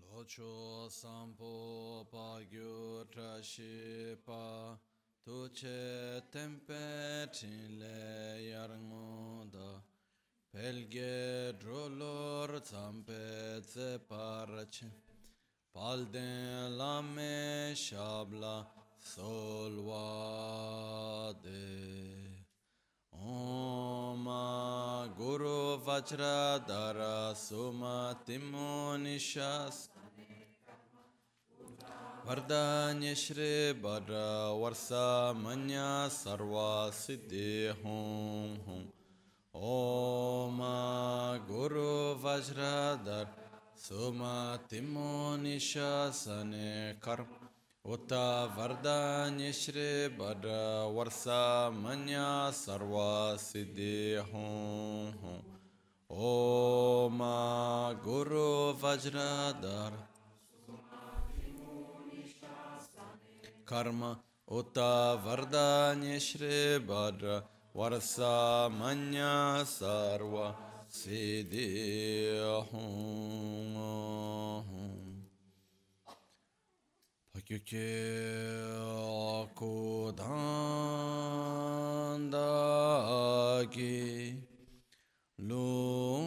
Locho sampo pa gyu trashi pa tuche tempe chinle yarngoda pelge drolor zampe ze parche palden lame shabla solvade Om Guru Vajradhara Sumatimo Nishas Vardanya Shri Bhadra Varsa Manya Sarva Siddhi Hum Hum Om Guru Vajradhara Sumatimo Nishasane Karma Uta Vardanya Shri Bhadra Varsa Manya Sarva Siddhi Hum Hum Om Guru Vajradhara Karma Uta Vardanya Shri Bhadra Varsa Manya Sarva Siddhi Hum Pakyuke Akudandagi Lu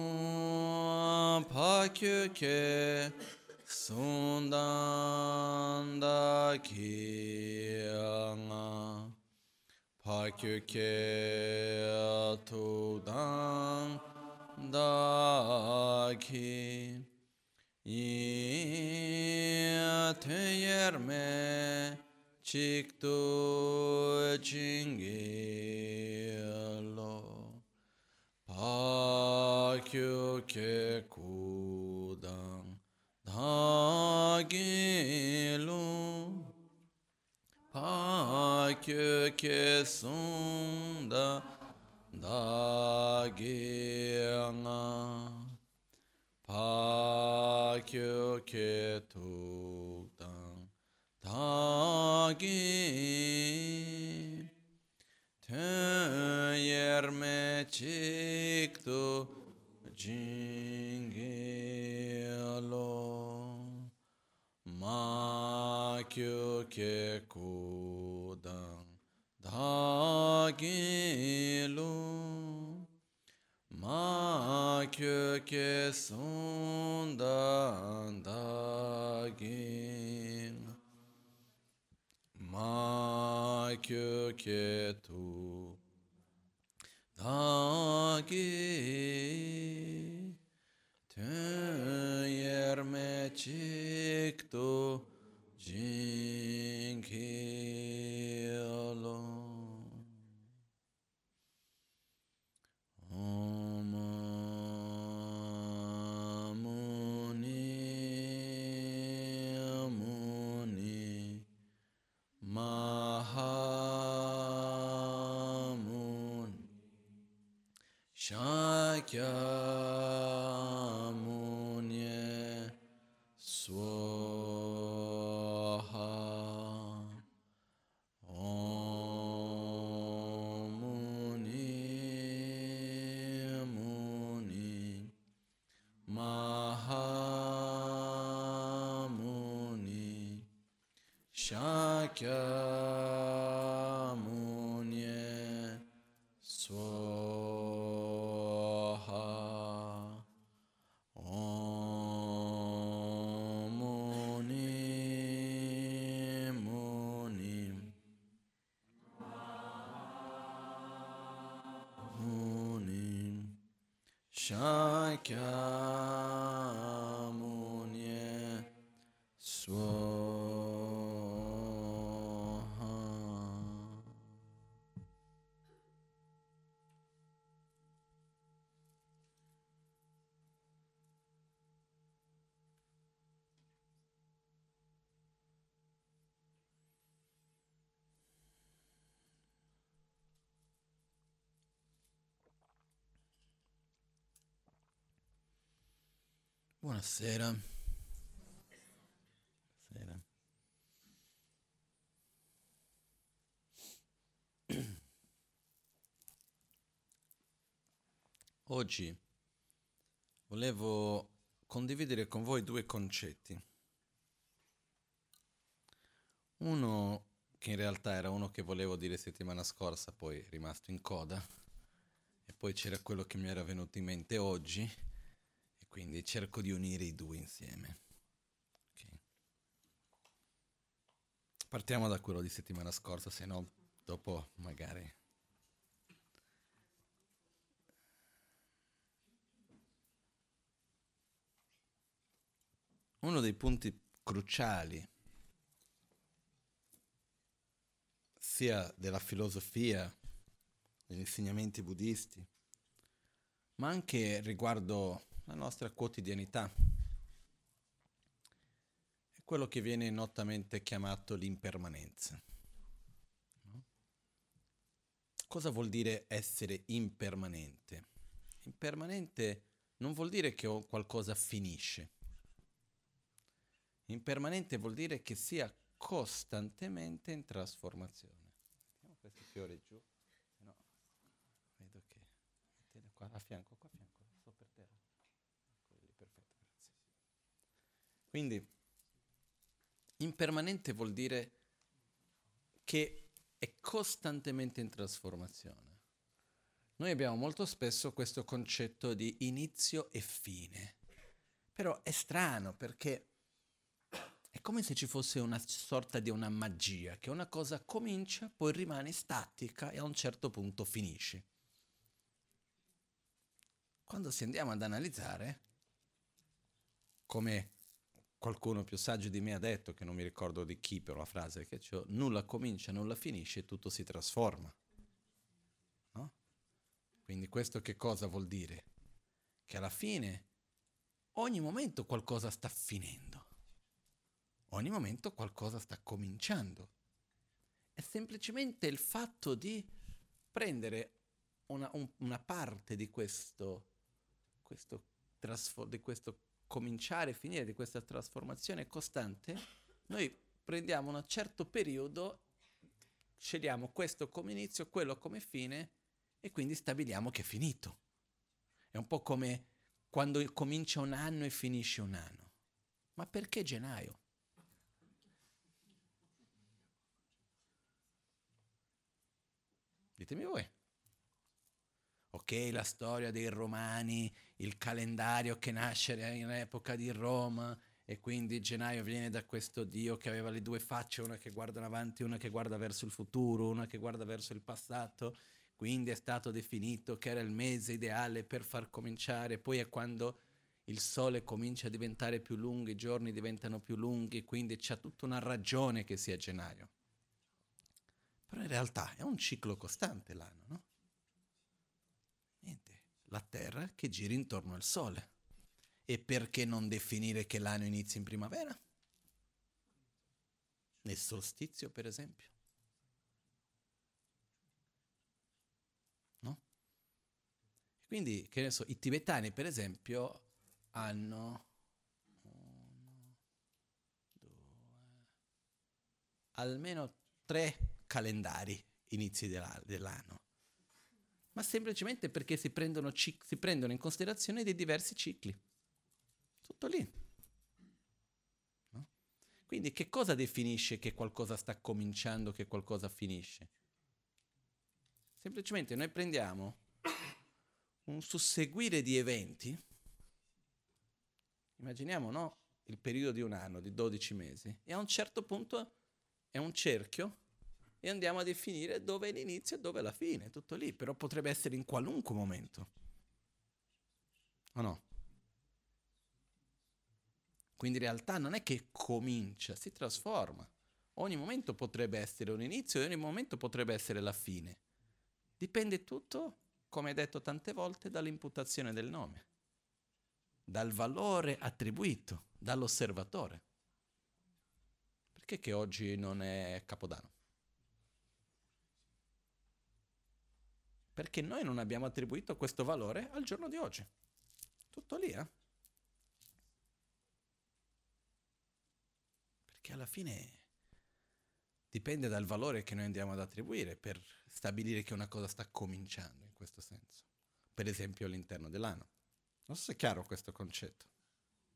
Pakyuke Sundandagi Anga Pakyuke Tudandagi Teyerme Chiktu Chingelo Pakyu Ke Kudang Dhagilu Pakyu Ke Sunda Dhagianga Pakyu Ke Tukdang Dhagi Teyerme Chiktu Jingelo Makyu Ke Kudang Dhagilu Makyu Ke Sundandagin Makyu Ke Tu Dagi Teyerme Chiktu Jinkilo Om Muni Muni Mahamun Shakyamunye Swaha Om Muni Muni Mahamuni Shakyamunye Swaha Om Muni Muni Muni Shakyamunye Swaha. Buonasera. Buonasera. Oggi volevo condividere con voi due concetti. Uno che in realtà era uno che volevo dire settimana scorsa, poi è rimasto in coda, e poi c'era quello che mi era venuto in mente oggi, e quindi cerco di unire i due insieme. Ok. Partiamo da quello di settimana scorsa, se no dopo magari... Uno dei punti cruciali sia della filosofia, degli insegnamenti buddisti, ma anche riguardo la nostra quotidianità, è quello che viene notamente chiamato l'impermanenza. No? Cosa vuol dire essere impermanente? Impermanente non vuol dire che qualcosa finisce. Impermanente vuol dire che sia costantemente in trasformazione. Mettiamo questi fiori giù, se no vedo che... Mettete qua a fianco, sto per terra. Quelli, perfetto, grazie. Quindi, impermanente vuol dire che è costantemente in trasformazione. Noi abbiamo molto spesso questo concetto di inizio e fine, però è strano perché è come se ci fosse una sorta di una magia, che una cosa comincia, poi rimane statica e a un certo punto finisce. Quando si andiamo ad analizzare, come qualcuno più saggio di me ha detto, che non mi ricordo di chi per la frase che c'ho, nulla comincia, nulla finisce, tutto si trasforma. No? Quindi questo che cosa vuol dire? Che alla fine ogni momento qualcosa sta finendo. Ogni momento qualcosa sta cominciando. È semplicemente il fatto di prendere una parte di di questo cominciare e finire, di questa trasformazione costante. Noi prendiamo un certo periodo, scegliamo questo come inizio, quello come fine e quindi stabiliamo che è finito. È un po' come quando comincia un anno e finisce un anno. Ma perché gennaio? Ditemi voi. Ok, la storia dei Romani, il calendario che nasce in epoca di Roma e quindi gennaio viene da questo dio che aveva le due facce, una che guarda in avanti, una che guarda verso il futuro, una che guarda verso il passato, quindi è stato definito che era il mese ideale per far cominciare, poi è quando il sole comincia a diventare più lungo, i giorni diventano più lunghi, quindi c'è tutta una ragione che sia gennaio. Però in realtà è un ciclo costante l'anno, no? Niente, la Terra che gira intorno al Sole. E perché non definire che l'anno inizia in primavera? Nel solstizio, per esempio? No? Quindi, che ne so, i tibetani, per esempio, hanno uno, due, almeno 3 calendari inizi dell'anno. Ma semplicemente perché si prendono in considerazione dei diversi cicli. Tutto lì. No? Quindi che cosa definisce che qualcosa sta cominciando, che qualcosa finisce? Semplicemente noi prendiamo un susseguire di eventi, immaginiamo, no? Il periodo di un anno, di 12 mesi, e a un certo punto è un cerchio e andiamo a definire dove è l'inizio e dove è la fine, tutto lì, però potrebbe essere in qualunque momento. O no? Quindi in realtà non è che comincia, si trasforma. Ogni momento potrebbe essere un inizio e ogni momento potrebbe essere la fine. Dipende tutto, come hai detto tante volte, dall'imputazione del nome, dal valore attribuito dall'osservatore. Perché che oggi non è Capodanno? Perché noi non abbiamo attribuito questo valore al giorno di oggi. Tutto lì, eh? Perché alla fine dipende dal valore che noi andiamo ad attribuire per stabilire che una cosa sta cominciando in questo senso. Per esempio all'interno dell'anno. Non so se è chiaro questo concetto.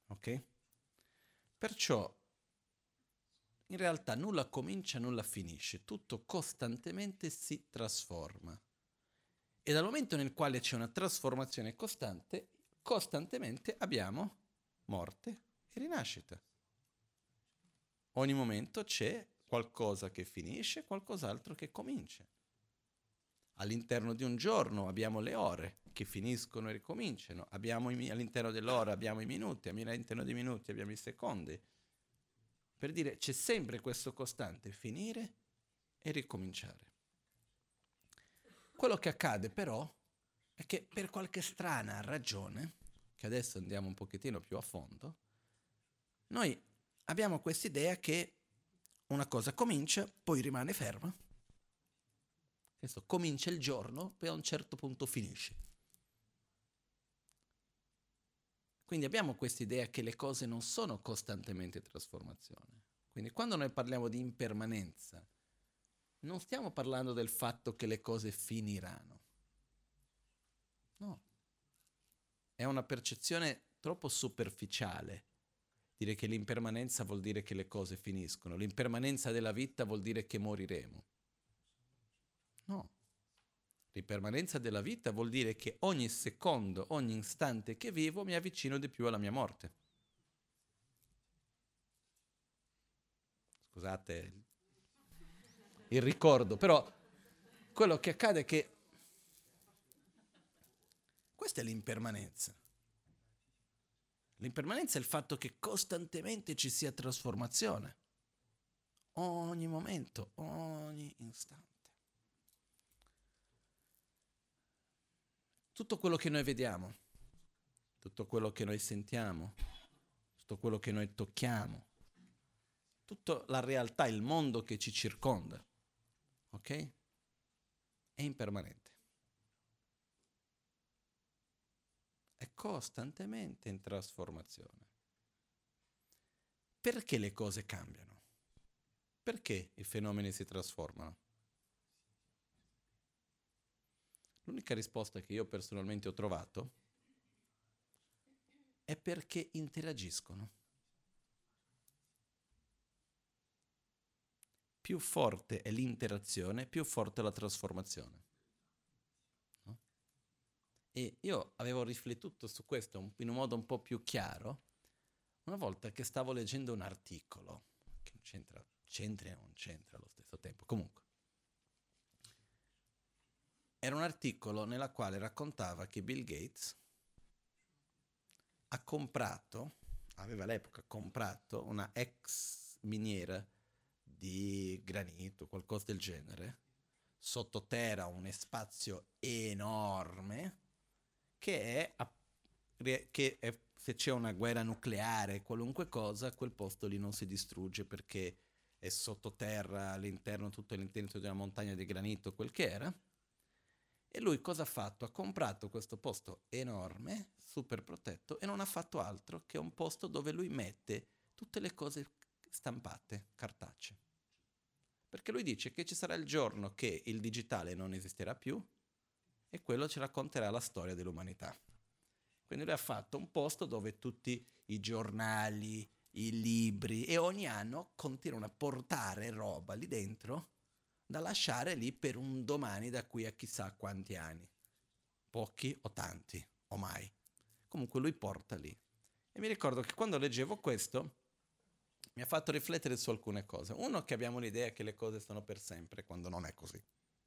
Ok? Perciò in realtà nulla comincia, nulla finisce, tutto costantemente si trasforma. E dal momento nel quale c'è una trasformazione costante, costantemente abbiamo morte e rinascita. Ogni momento c'è qualcosa che finisce, qualcos'altro che comincia. All'interno di un giorno abbiamo le ore che finiscono e ricominciano, all'interno dell'ora abbiamo i minuti, all'interno dei minuti abbiamo i secondi. Per dire, c'è sempre questo costante finire e ricominciare. Quello che accade però è che per qualche strana ragione, che adesso andiamo un pochettino più a fondo, noi abbiamo quest'idea che una cosa comincia, poi rimane ferma. Adesso comincia il giorno, poi a un certo punto finisce. Quindi abbiamo quest'idea che le cose non sono costantemente in trasformazione. Quindi quando noi parliamo di impermanenza, non stiamo parlando del fatto che le cose finiranno. No. È una percezione troppo superficiale. Dire che l'impermanenza vuol dire che le cose finiscono. L'impermanenza della vita vuol dire che moriremo. No. L'impermanenza della vita vuol dire che ogni secondo, ogni istante che vivo mi avvicino di più alla mia morte. Scusate il ricordo, però quello che accade è che questa è l'impermanenza. L'impermanenza è il fatto che costantemente ci sia trasformazione. Ogni momento, ogni istante. Tutto quello che noi vediamo, tutto quello che noi sentiamo, tutto quello che noi tocchiamo, tutta la realtà, il mondo che ci circonda, ok? È impermanente. È costantemente in trasformazione. Perché le cose cambiano? Perché i fenomeni si trasformano? L'unica risposta che io personalmente ho trovato è perché interagiscono. Più forte è l'interazione, più forte è la trasformazione. No? E io avevo riflettuto su questo in un modo un po' più chiaro una volta che stavo leggendo un articolo, che c'entra e non c'entra allo stesso tempo. Comunque, era un articolo nella quale raccontava che Bill Gates aveva all'epoca comprato una ex miniera di granito, qualcosa del genere, sottoterra, un spazio enorme, se c'è una guerra nucleare, qualunque cosa, quel posto lì non si distrugge perché è sottoterra, tutto all'interno di una montagna di granito, quel che era. E lui cosa ha fatto? Ha comprato questo posto enorme, super protetto, e non ha fatto altro che un posto dove lui mette tutte le cose stampate, cartacee. Perché lui dice che ci sarà il giorno che il digitale non esisterà più e quello ci racconterà la storia dell'umanità. Quindi lui ha fatto un posto dove tutti i giornali, i libri e ogni anno continuano a portare roba lì dentro da lasciare lì per un domani da qui a chissà quanti anni. Pochi o tanti, o mai. Comunque lui porta lì. E mi ricordo che quando leggevo questo mi ha fatto riflettere su alcune cose. Uno, che abbiamo l'idea che le cose sono per sempre, quando non è così.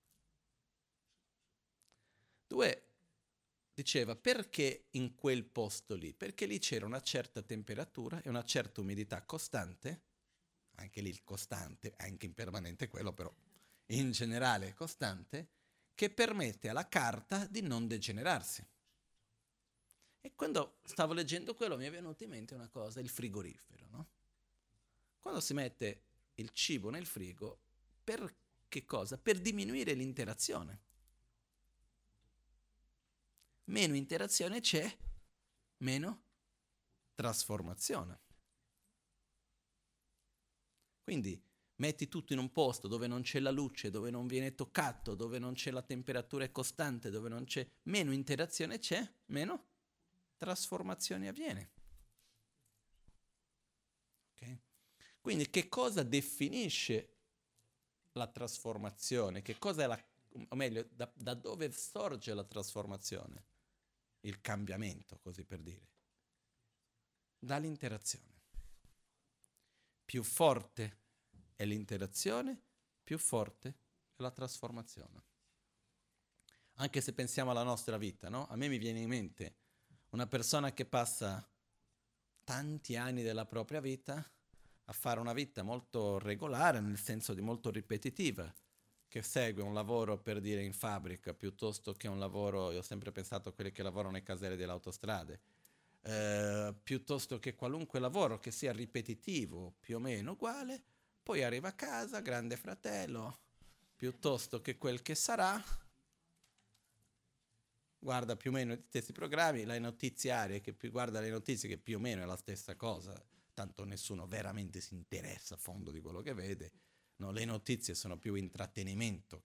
Due, diceva, perché in quel posto lì? Perché lì c'era una certa temperatura e una certa umidità costante, anche lì il costante, anche impermanente quello però, in generale costante, che permette alla carta di non degenerarsi. E quando stavo leggendo quello mi è venuta in mente una cosa, il frigorifero, no? Quando si mette il cibo nel frigo, per che cosa? Per diminuire l'interazione. Meno interazione c'è, meno trasformazione. Quindi metti tutto in un posto dove non c'è la luce, dove non viene toccato, dove non c'è la temperatura costante, dove non c'è, meno interazione c'è, meno trasformazione avviene. Quindi che cosa definisce la trasformazione? Che cosa è o meglio, da dove sorge la trasformazione? Il cambiamento, così per dire. Dall'interazione. Più forte è l'interazione, più forte è la trasformazione. Anche se pensiamo alla nostra vita, no? A me mi viene in mente una persona che passa tanti anni della propria vita a fare una vita molto regolare, nel senso di molto ripetitiva, che segue un lavoro per dire in fabbrica piuttosto che un lavoro, io ho sempre pensato a quelli che lavorano nei caselli delle autostrade, piuttosto che qualunque lavoro che sia ripetitivo, più o meno uguale, poi arriva a casa, grande fratello, piuttosto che quel che sarà, guarda più o meno gli stessi programmi, le notiziarie, guarda le notizie che più o meno è la stessa cosa, tanto nessuno veramente si interessa a fondo di quello che vede, no? Le notizie sono più intrattenimento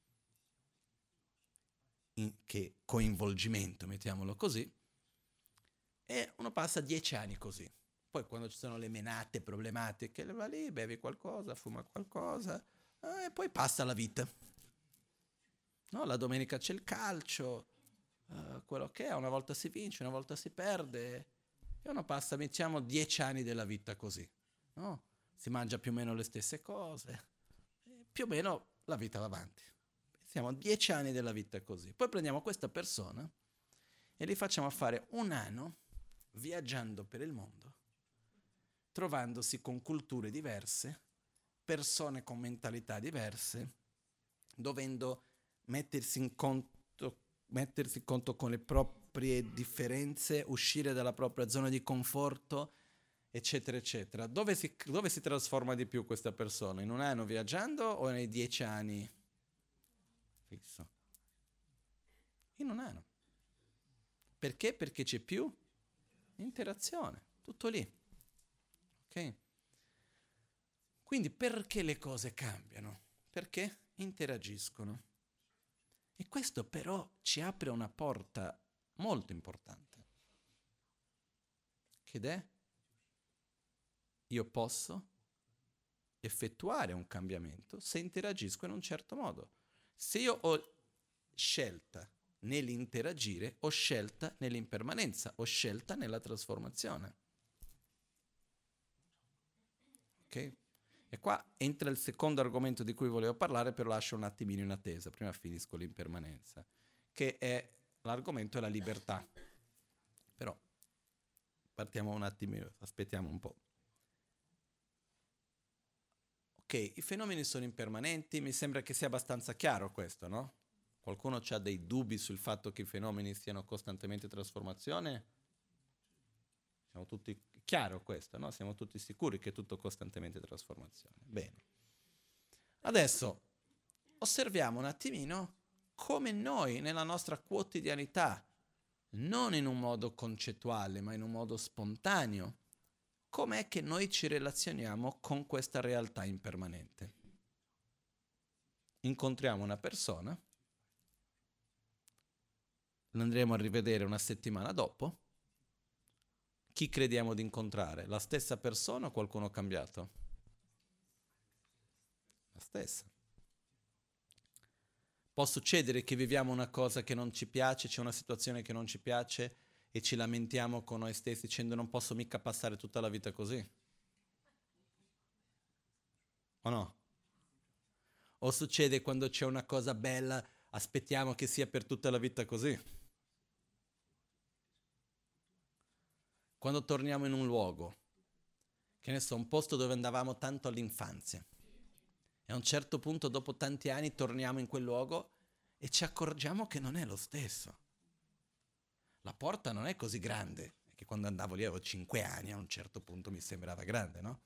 che coinvolgimento, mettiamolo così, e uno passa 10 anni così. Poi quando ci sono le menate problematiche, va lì, bevi qualcosa, fuma qualcosa, e poi passa la vita. No? La domenica c'è il calcio, quello che è, una volta si vince, una volta si perde, e uno passa, mettiamo, 10 anni della vita così. No? Si mangia più o meno le stesse cose, più o meno la vita va avanti. Siamo 10 anni della vita così. Poi prendiamo questa persona e li facciamo fare un anno viaggiando per il mondo, trovandosi con culture diverse, persone con mentalità diverse, dovendo mettersi in conto con le proprie differenze, uscire dalla propria zona di conforto, eccetera, eccetera. Dove si trasforma di più questa persona? In un anno viaggiando o nei 10 anni fisso? In un anno. Perché? Perché c'è più interazione, tutto lì. Ok? Quindi perché le cose cambiano? Perché interagiscono. E questo però ci apre una porta molto importante, che è io posso effettuare un cambiamento se interagisco in un certo modo. Se io ho scelta nell'interagire, ho scelta nell'impermanenza, ho scelta nella trasformazione. Ok? E qua entra il secondo argomento di cui volevo parlare, però lascio un attimino in attesa, prima finisco l'impermanenza, che è l'argomento della libertà. Però partiamo un attimino, aspettiamo un po'. Ok, i fenomeni sono impermanenti, mi sembra che sia abbastanza chiaro questo, no? Qualcuno ha dei dubbi sul fatto che i fenomeni stiano costantemente in trasformazione? Siamo tutti chiaro questo, no? Siamo tutti sicuri che è tutto costantemente trasformazione. Bene. Adesso osserviamo un attimino come noi nella nostra quotidianità, non in un modo concettuale, ma in un modo spontaneo, com'è che noi ci relazioniamo con questa realtà impermanente. Incontriamo una persona, l'andremo a rivedere una settimana dopo. Chi crediamo di incontrare? La stessa persona o qualcuno cambiato? La stessa. Può succedere che viviamo una cosa che non ci piace, c'è una situazione che non ci piace e ci lamentiamo con noi stessi dicendo non posso mica passare tutta la vita così. O no? O succede quando c'è una cosa bella, aspettiamo che sia per tutta la vita così. Quando torniamo in un luogo, che ne so, un posto dove andavamo tanto all'infanzia, e a un certo punto, dopo tanti anni, torniamo in quel luogo e ci accorgiamo che non è lo stesso. La porta non è così grande, perché quando andavo lì avevo 5 anni, a un certo punto mi sembrava grande, no?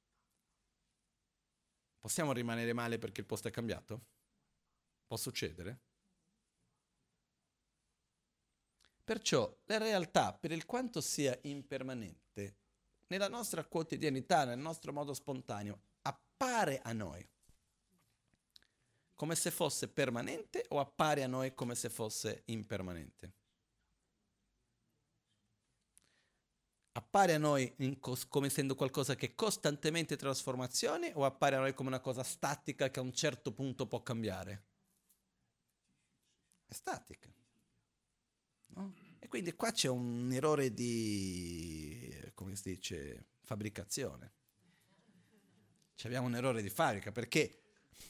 Possiamo rimanere male perché il posto è cambiato? Può succedere? Perciò la realtà, per il quanto sia impermanente, nella nostra quotidianità, nel nostro modo spontaneo, appare a noi come se fosse permanente o appare a noi come se fosse impermanente? Appare a noi come essendo qualcosa che è costantemente trasformazione o appare a noi come una cosa statica che a un certo punto può cambiare? È statica. No? E quindi qua c'è un errore di, come si dice, fabbricazione. Abbiamo un errore di fabbrica perché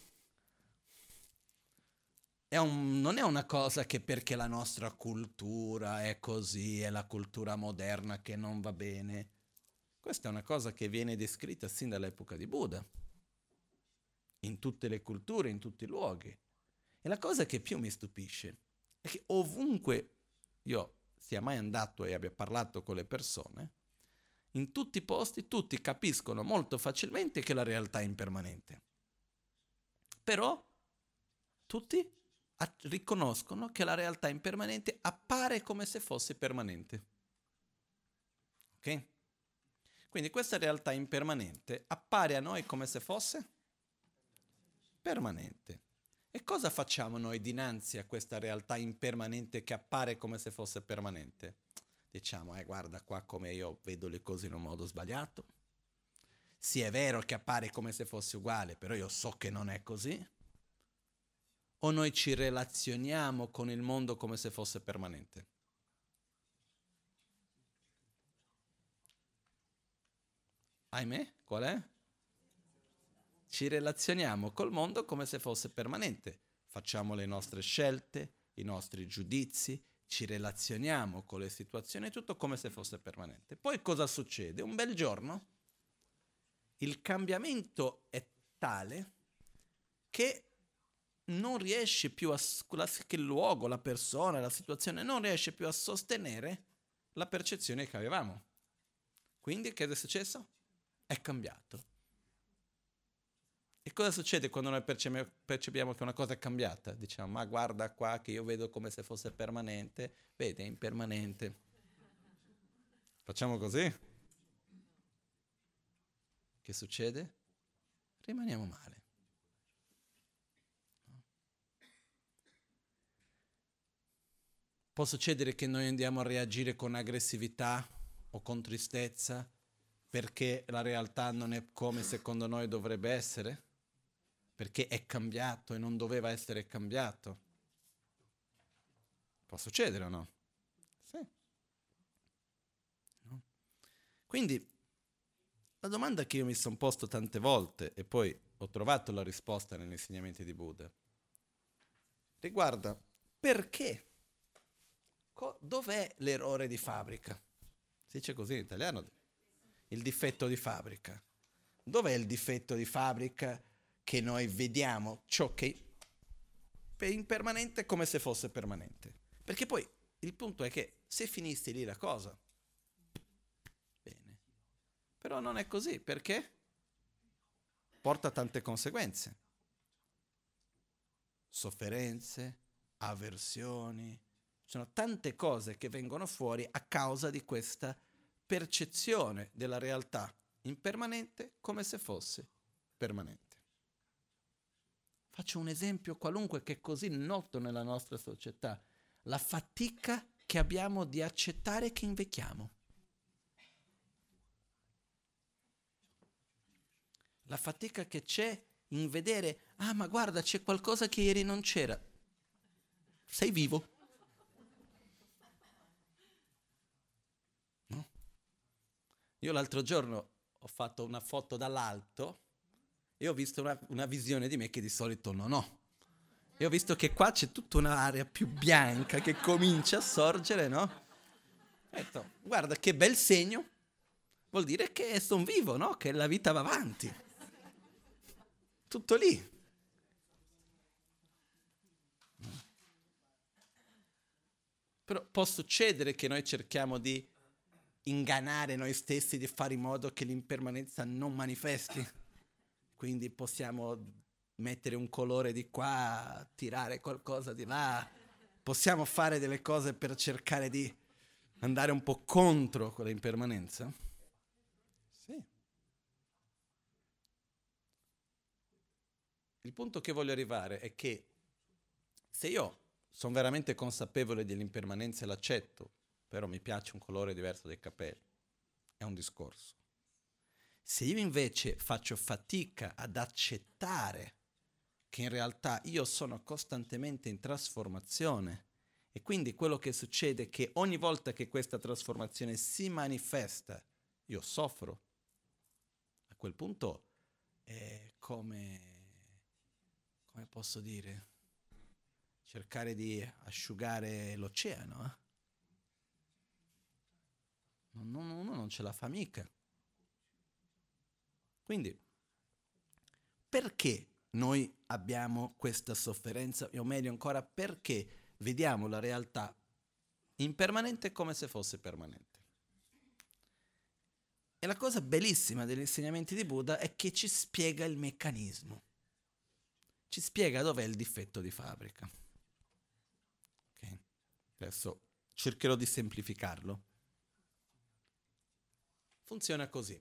non è una cosa che perché la nostra cultura è così, è la cultura moderna che non va bene. Questa è una cosa che viene descritta sin dall'epoca di Buddha, in tutte le culture, in tutti i luoghi. E la cosa che più mi stupisce è che ovunque io sia mai andato e abbia parlato con le persone, in tutti i posti tutti capiscono molto facilmente che la realtà è impermanente. Però tutti riconoscono che la realtà impermanente appare come se fosse permanente. Ok? Quindi questa realtà impermanente appare a noi come se fosse permanente. E cosa facciamo noi dinanzi a questa realtà impermanente che appare come se fosse permanente? Diciamo, guarda qua come io vedo le cose in un modo sbagliato. Sì, è vero che appare come se fosse uguale, però io so che non è così. O noi ci relazioniamo con il mondo come se fosse permanente? Ahimè, qual è? Ci relazioniamo col mondo come se fosse permanente. Facciamo le nostre scelte, i nostri giudizi, ci relazioniamo con le situazioni, tutto come se fosse permanente. Poi cosa succede? Un bel giorno il cambiamento è tale che non riesce più che il luogo, la persona, la situazione non riesce più a sostenere la percezione che avevamo. Quindi che è successo? È cambiato. E cosa succede quando noi percepiamo che una cosa è cambiata? Diciamo, ma guarda qua che io vedo come se fosse permanente, vedi, è impermanente. Facciamo così? Che succede? Rimaniamo male. Può succedere che noi andiamo a reagire con aggressività o con tristezza perché la realtà non è come secondo noi dovrebbe essere? Perché è cambiato e non doveva essere cambiato? Può succedere o no? Sì. No? Quindi la domanda che io mi sono posto tante volte e poi ho trovato la risposta negli insegnamenti di Buddha riguarda perché? Dov'è l'errore di fabbrica? Si dice così in italiano? Il difetto di fabbrica. Dov'è il difetto di fabbrica che noi vediamo ciò che è impermanente come se fosse permanente? Perché poi il punto è che se finissi lì la cosa, bene. Però non è così, perché porta tante conseguenze. Sofferenze, avversioni, ci sono tante cose che vengono fuori a causa di questa percezione della realtà impermanente come se fosse permanente. Faccio un esempio qualunque che è così noto nella nostra società, la fatica che abbiamo di accettare che invecchiamo. La fatica che c'è in vedere, ma guarda, c'è qualcosa che ieri non c'era. Sei vivo. No? Io l'altro giorno ho fatto una foto dall'alto e ho visto una visione di me che di solito non ho. E ho visto che qua c'è tutta un'area più bianca che comincia a sorgere, no? Ho detto, guarda che bel segno, vuol dire che sono vivo, no? Che la vita va avanti. Tutto lì. Però può succedere che noi cerchiamo di ingannare noi stessi, di fare in modo che l'impermanenza non manifesti. Quindi possiamo mettere un colore di qua, tirare qualcosa di là. Possiamo fare delle cose per cercare di andare un po' contro quella impermanenza? Sì. Il punto che voglio arrivare è che se io sono veramente consapevole dell'impermanenza e l'accetto, però mi piace un colore diverso dei capelli, è un discorso. Se io invece faccio fatica ad accettare che in realtà io sono costantemente in trasformazione e quindi quello che succede è che ogni volta che questa trasformazione si manifesta, io soffro. A quel punto è come posso dire, cercare di asciugare l'oceano. Uno non ce la fa mica. Quindi, perché noi abbiamo questa sofferenza, o meglio ancora, perché vediamo la realtà impermanente come se fosse permanente? E la cosa bellissima degli insegnamenti di Buddha è che ci spiega il meccanismo, ci spiega dov'è il difetto di fabbrica. Okay? Adesso cercherò di semplificarlo. Funziona così.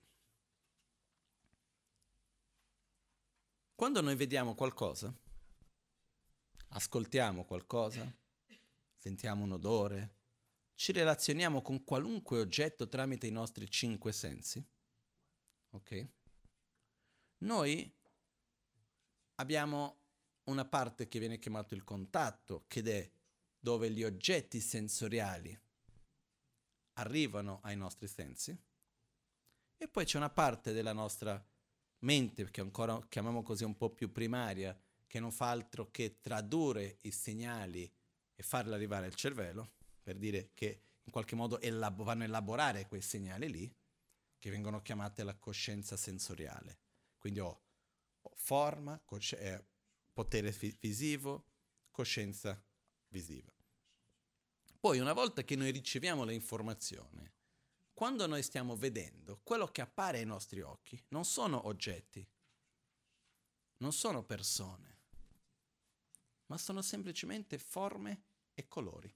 Quando noi vediamo qualcosa, ascoltiamo qualcosa, sentiamo un odore, ci relazioniamo con qualunque oggetto tramite i nostri 5 sensi, ok? Noi abbiamo una parte che viene chiamata il contatto, che è dove gli oggetti sensoriali arrivano ai nostri sensi, e poi c'è una parte della nostra mente, che ancora chiamiamo così un po' più primaria, che non fa altro che tradurre i segnali e farli arrivare al cervello, per dire che in qualche modo vanno a elaborare quei segnali lì, che vengono chiamate la coscienza sensoriale. Quindi ho forma, potere visivo, coscienza visiva. Poi una volta che noi riceviamo le informazioni, quando noi stiamo vedendo, quello che appare ai nostri occhi non sono oggetti, non sono persone, ma sono semplicemente forme e colori.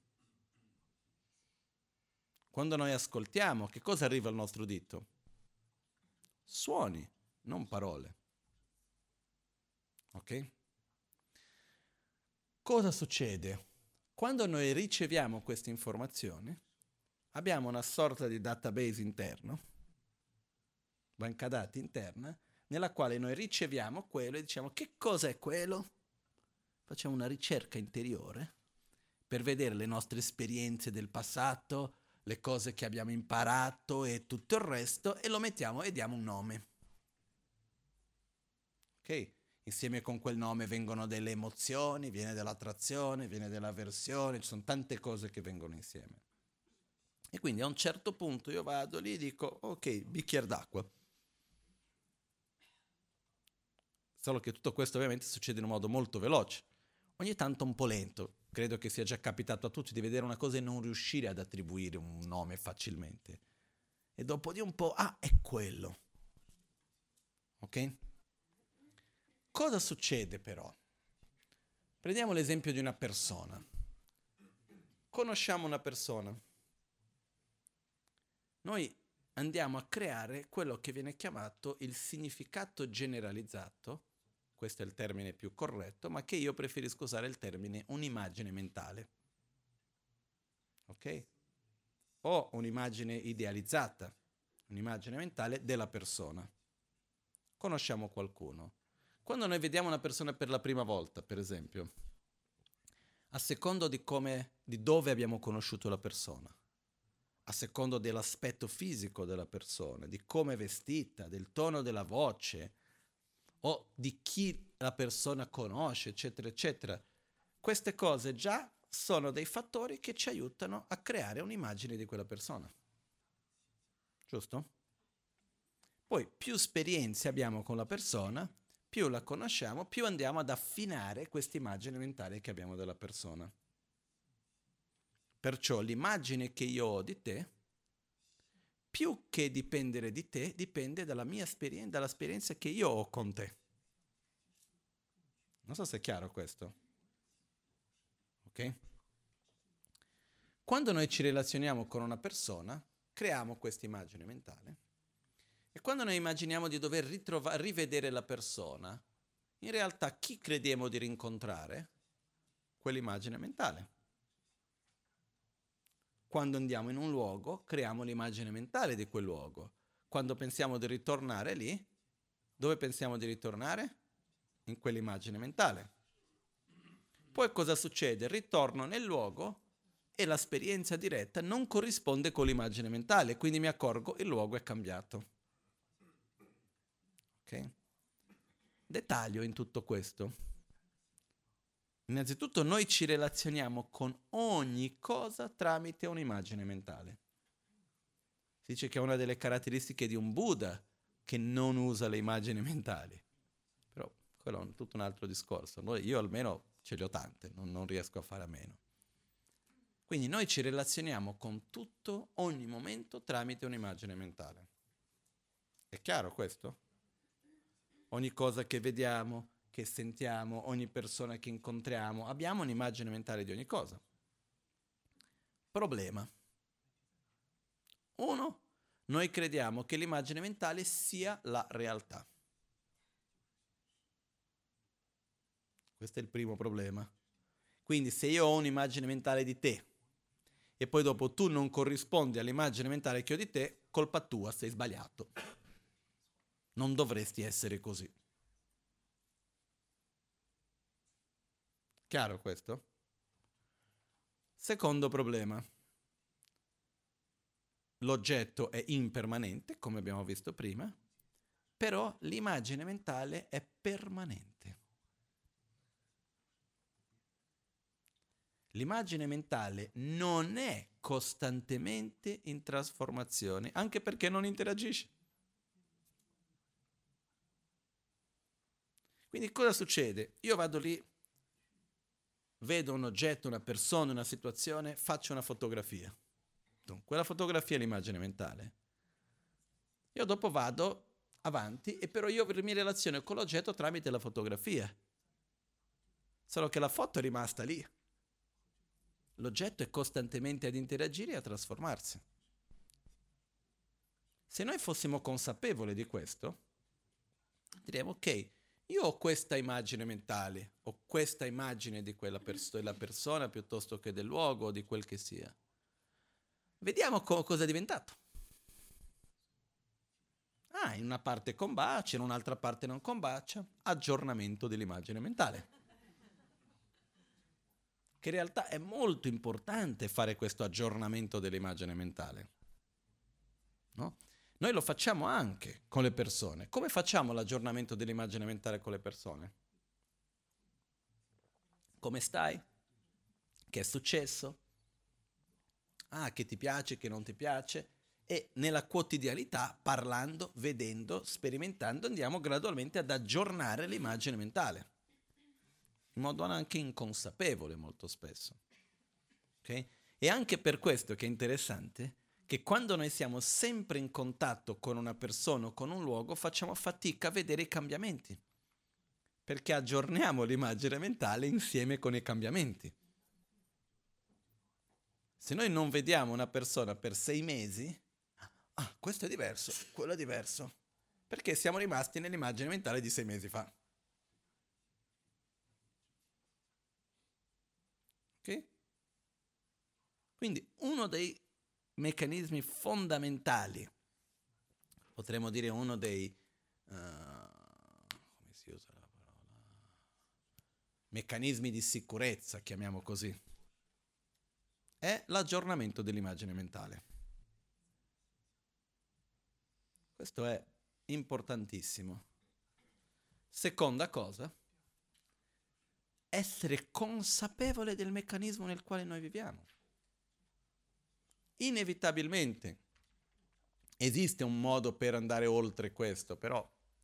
Quando noi ascoltiamo, che cosa arriva al nostro udito? Suoni, non parole. Ok? Cosa succede? Quando noi riceviamo queste informazioni, abbiamo una sorta di database interno, banca dati interna, nella quale noi riceviamo quello e diciamo che cosa è quello? Facciamo una ricerca interiore per vedere le nostre esperienze del passato, le cose che abbiamo imparato e tutto il resto, e lo mettiamo e diamo un nome. Ok? Insieme con quel nome vengono delle emozioni, viene dell'attrazione, viene dell'avversione, ci sono tante cose che vengono insieme. E quindi a un certo punto io vado lì e dico, ok, bicchiere d'acqua. Solo che tutto questo ovviamente succede in un modo molto veloce, ogni tanto un po' lento. Credo che sia già capitato a tutti di vedere una cosa e non riuscire ad attribuire un nome facilmente. E dopo di un po', è quello. Ok? Cosa succede però? Prendiamo l'esempio di una persona. Conosciamo una persona. Noi andiamo a creare quello che viene chiamato il significato generalizzato, questo è il termine più corretto, ma che io preferisco usare il termine un'immagine mentale. Ok? O un'immagine idealizzata, un'immagine mentale della persona. Conosciamo qualcuno. Quando noi vediamo una persona per la prima volta, per esempio, a secondo di dove abbiamo conosciuto la persona, a secondo dell'aspetto fisico della persona, di come è vestita, del tono della voce o di chi la persona conosce, eccetera, eccetera. Queste cose già sono dei fattori che ci aiutano a creare un'immagine di quella persona. Giusto? Poi più esperienze abbiamo con la persona, più la conosciamo, più andiamo ad affinare questa immagine mentale che abbiamo della persona. Perciò l'immagine che io ho di te, più che dipendere di te, dipende dalla mia esperienza, dall'esperienza che io ho con te. Non so se è chiaro questo. Ok? Quando noi ci relazioniamo con una persona, creiamo questa immagine mentale. E quando noi immaginiamo di dover rivedere la persona, in realtà chi crediamo di rincontrare? Quell'immagine mentale. Quando andiamo in un luogo, creiamo l'immagine mentale di quel luogo. Quando pensiamo di ritornare lì, dove pensiamo di ritornare? In quell'immagine mentale. Poi cosa succede? Ritorno nel luogo e l'esperienza diretta non corrisponde con l'immagine mentale, quindi mi accorgo il luogo è cambiato. Ok? Dettaglio in tutto questo. Innanzitutto noi ci relazioniamo con ogni cosa tramite un'immagine mentale. Si dice che è una delle caratteristiche di un Buddha che non usa le immagini mentali. Però quello è tutto un altro discorso. Io almeno ce le ho tante, non riesco a fare a meno. Quindi noi ci relazioniamo con tutto, ogni momento, tramite un'immagine mentale. È chiaro questo? Ogni cosa che vediamo, che sentiamo, ogni persona che incontriamo, abbiamo un'immagine mentale di ogni cosa. Problema. 1. Noi crediamo che l'immagine mentale sia la realtà. Questo è il primo problema. Quindi se io ho un'immagine mentale di te e poi dopo tu non corrispondi all'immagine mentale che ho di te, colpa tua, sei sbagliato. Non dovresti essere così. Chiaro questo? Secondo problema. L'oggetto è impermanente, come abbiamo visto prima, però l'immagine mentale è permanente. L'immagine mentale non è costantemente in trasformazione, anche perché non interagisce. Quindi cosa succede? Io vado lì, vedo un oggetto, una persona, una situazione, faccio una fotografia. Quella fotografia è l'immagine mentale. Io dopo vado avanti e però io mi relaziono con l'oggetto tramite la fotografia. Solo che la foto è rimasta lì. L'oggetto è costantemente ad interagire e a trasformarsi. Se noi fossimo consapevoli di questo, diremmo ok, io ho questa immagine mentale, ho questa immagine di quella della persona piuttosto che del luogo o di quel che sia. Vediamo cosa è diventato. In una parte combacia, in un'altra parte non combacia. Aggiornamento dell'immagine mentale. Che in realtà è molto importante fare questo aggiornamento dell'immagine mentale. No? Noi lo facciamo anche con le persone. Come facciamo l'aggiornamento dell'immagine mentale con le persone? Come stai? Che è successo? Che ti piace, che non ti piace? E nella quotidianità, parlando, vedendo, sperimentando, andiamo gradualmente ad aggiornare l'immagine mentale. In modo anche inconsapevole molto spesso. Okay? E anche per questo che è interessante che quando noi siamo sempre in contatto con una persona o con un luogo facciamo fatica a vedere i cambiamenti, perché aggiorniamo l'immagine mentale insieme con i cambiamenti. Se noi non vediamo una persona per 6 mesi, questo è diverso, quello è diverso, perché siamo rimasti nell'immagine mentale di 6 mesi fa. Ok? Quindi uno dei meccanismi fondamentali, potremmo dire uno dei come si usa la parola? Meccanismi di sicurezza, chiamiamo così, è l'aggiornamento dell'immagine mentale. Questo è importantissimo. Seconda cosa, essere consapevole del meccanismo nel quale noi viviamo. Inevitabilmente esiste un modo per andare oltre questo, però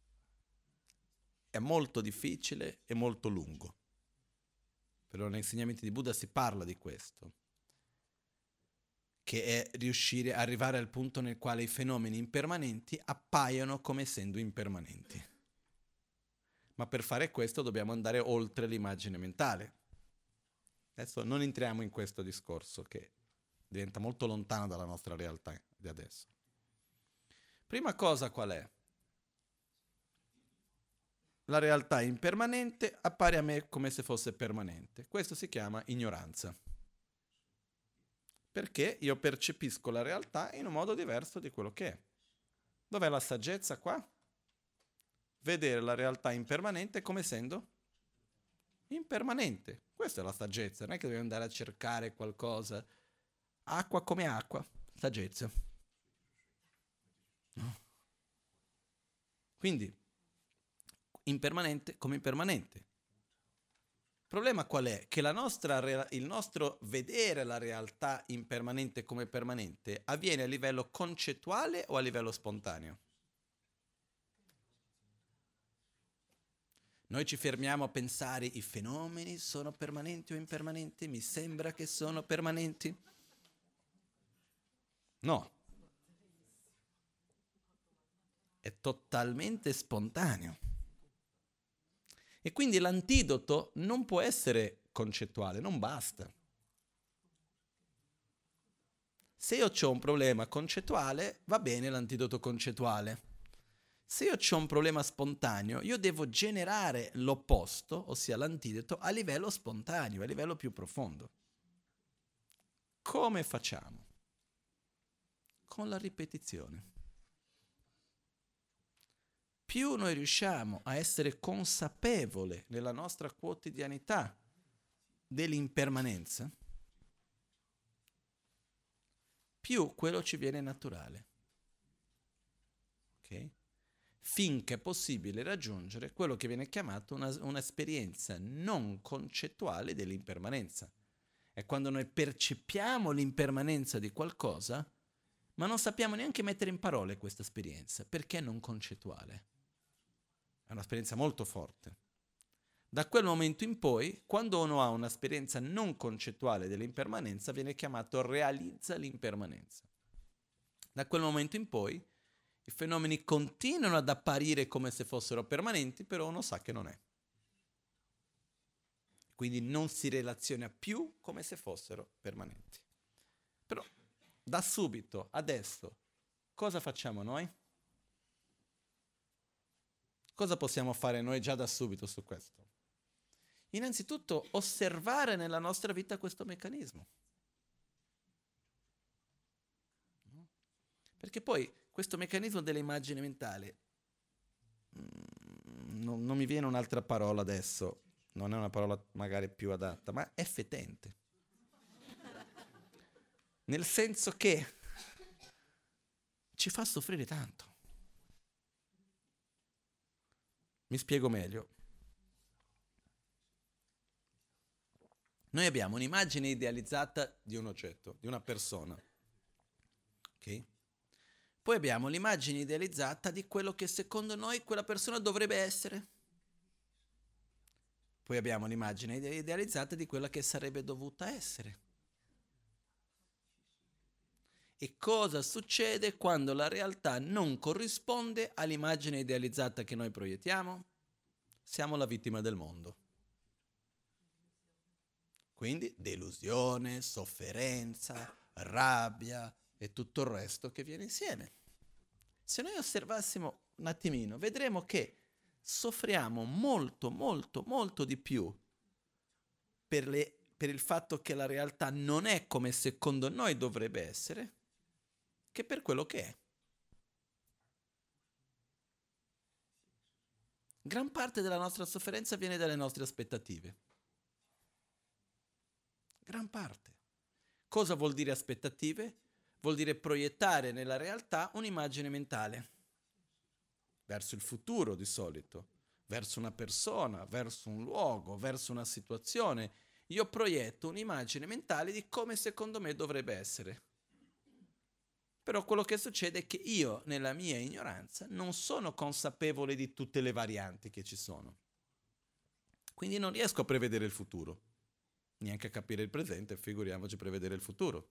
è molto difficile e molto lungo. Però negli insegnamenti di Buddha si parla di questo, che è riuscire ad arrivare al punto nel quale i fenomeni impermanenti appaiono come essendo impermanenti. Ma per fare questo dobbiamo andare oltre l'immagine mentale. Adesso non entriamo in questo discorso che diventa molto lontano dalla nostra realtà di adesso. Prima cosa qual è? La realtà impermanente appare a me come se fosse permanente. Questo si chiama ignoranza. Perché io percepisco la realtà in un modo diverso di quello che è. Dov'è la saggezza qua? Vedere la realtà impermanente come essendo impermanente. Questa è la saggezza, non è che dobbiamo andare a cercare qualcosa. Acqua come acqua, saggezza. No. Quindi, impermanente come impermanente. Il problema qual è? Che il nostro vedere la realtà impermanente come permanente avviene a livello concettuale o a livello spontaneo? Noi ci fermiamo a pensare i fenomeni sono permanenti o impermanenti? Mi sembra che sono permanenti? No. È totalmente spontaneo. E quindi l'antidoto non può essere concettuale, non basta. Se io ho un problema concettuale, va bene l'antidoto concettuale. Se io ho un problema spontaneo, io devo generare l'opposto, ossia l'antidoto, a livello spontaneo, a livello più profondo. Come facciamo? Con la ripetizione. Più noi riusciamo a essere consapevoli nella nostra quotidianità dell'impermanenza, più quello ci viene naturale. Ok? Finché è possibile raggiungere quello che viene chiamato un'esperienza non concettuale dell'impermanenza. È quando noi percepiamo l'impermanenza di qualcosa, ma non sappiamo neanche mettere in parole questa esperienza, perché è non concettuale. È un'esperienza molto forte. Da quel momento in poi, quando uno ha un'esperienza non concettuale dell'impermanenza, viene chiamato realizza l'impermanenza. Da quel momento in poi, i fenomeni continuano ad apparire come se fossero permanenti, però uno sa che non è. Quindi non si relaziona più come se fossero permanenti. Però da subito, adesso, cosa facciamo noi? Cosa possiamo fare noi già da subito su questo? Innanzitutto osservare nella nostra vita questo meccanismo. Perché poi questo meccanismo dell'immagine mentale, non mi viene un'altra parola adesso, non è una parola magari più adatta, ma è fetente. Nel senso che ci fa soffrire tanto. Mi spiego meglio. Noi abbiamo un'immagine idealizzata di un oggetto, di una persona. Ok? Poi abbiamo l'immagine idealizzata di quello che secondo noi quella persona dovrebbe essere. Poi abbiamo l'immagine idealizzata di quella che sarebbe dovuta essere. E cosa succede quando la realtà non corrisponde all'immagine idealizzata che noi proiettiamo? Siamo la vittima del mondo. Quindi delusione, sofferenza, rabbia e tutto il resto che viene insieme. Se noi osservassimo un attimino, vedremo che soffriamo molto, molto, molto di più per il fatto che la realtà non è come secondo noi dovrebbe essere, che per quello che è. Gran parte della nostra sofferenza viene dalle nostre aspettative. Gran parte. Cosa vuol dire aspettative? Vuol dire proiettare nella realtà un'immagine mentale, verso il futuro di solito, verso una persona, verso un luogo, verso una situazione. Io proietto un'immagine mentale di come secondo me dovrebbe essere. Però quello che succede è che io, nella mia ignoranza, non sono consapevole di tutte le varianti che ci sono. Quindi non riesco a prevedere il futuro, neanche a capire il presente, figuriamoci prevedere il futuro.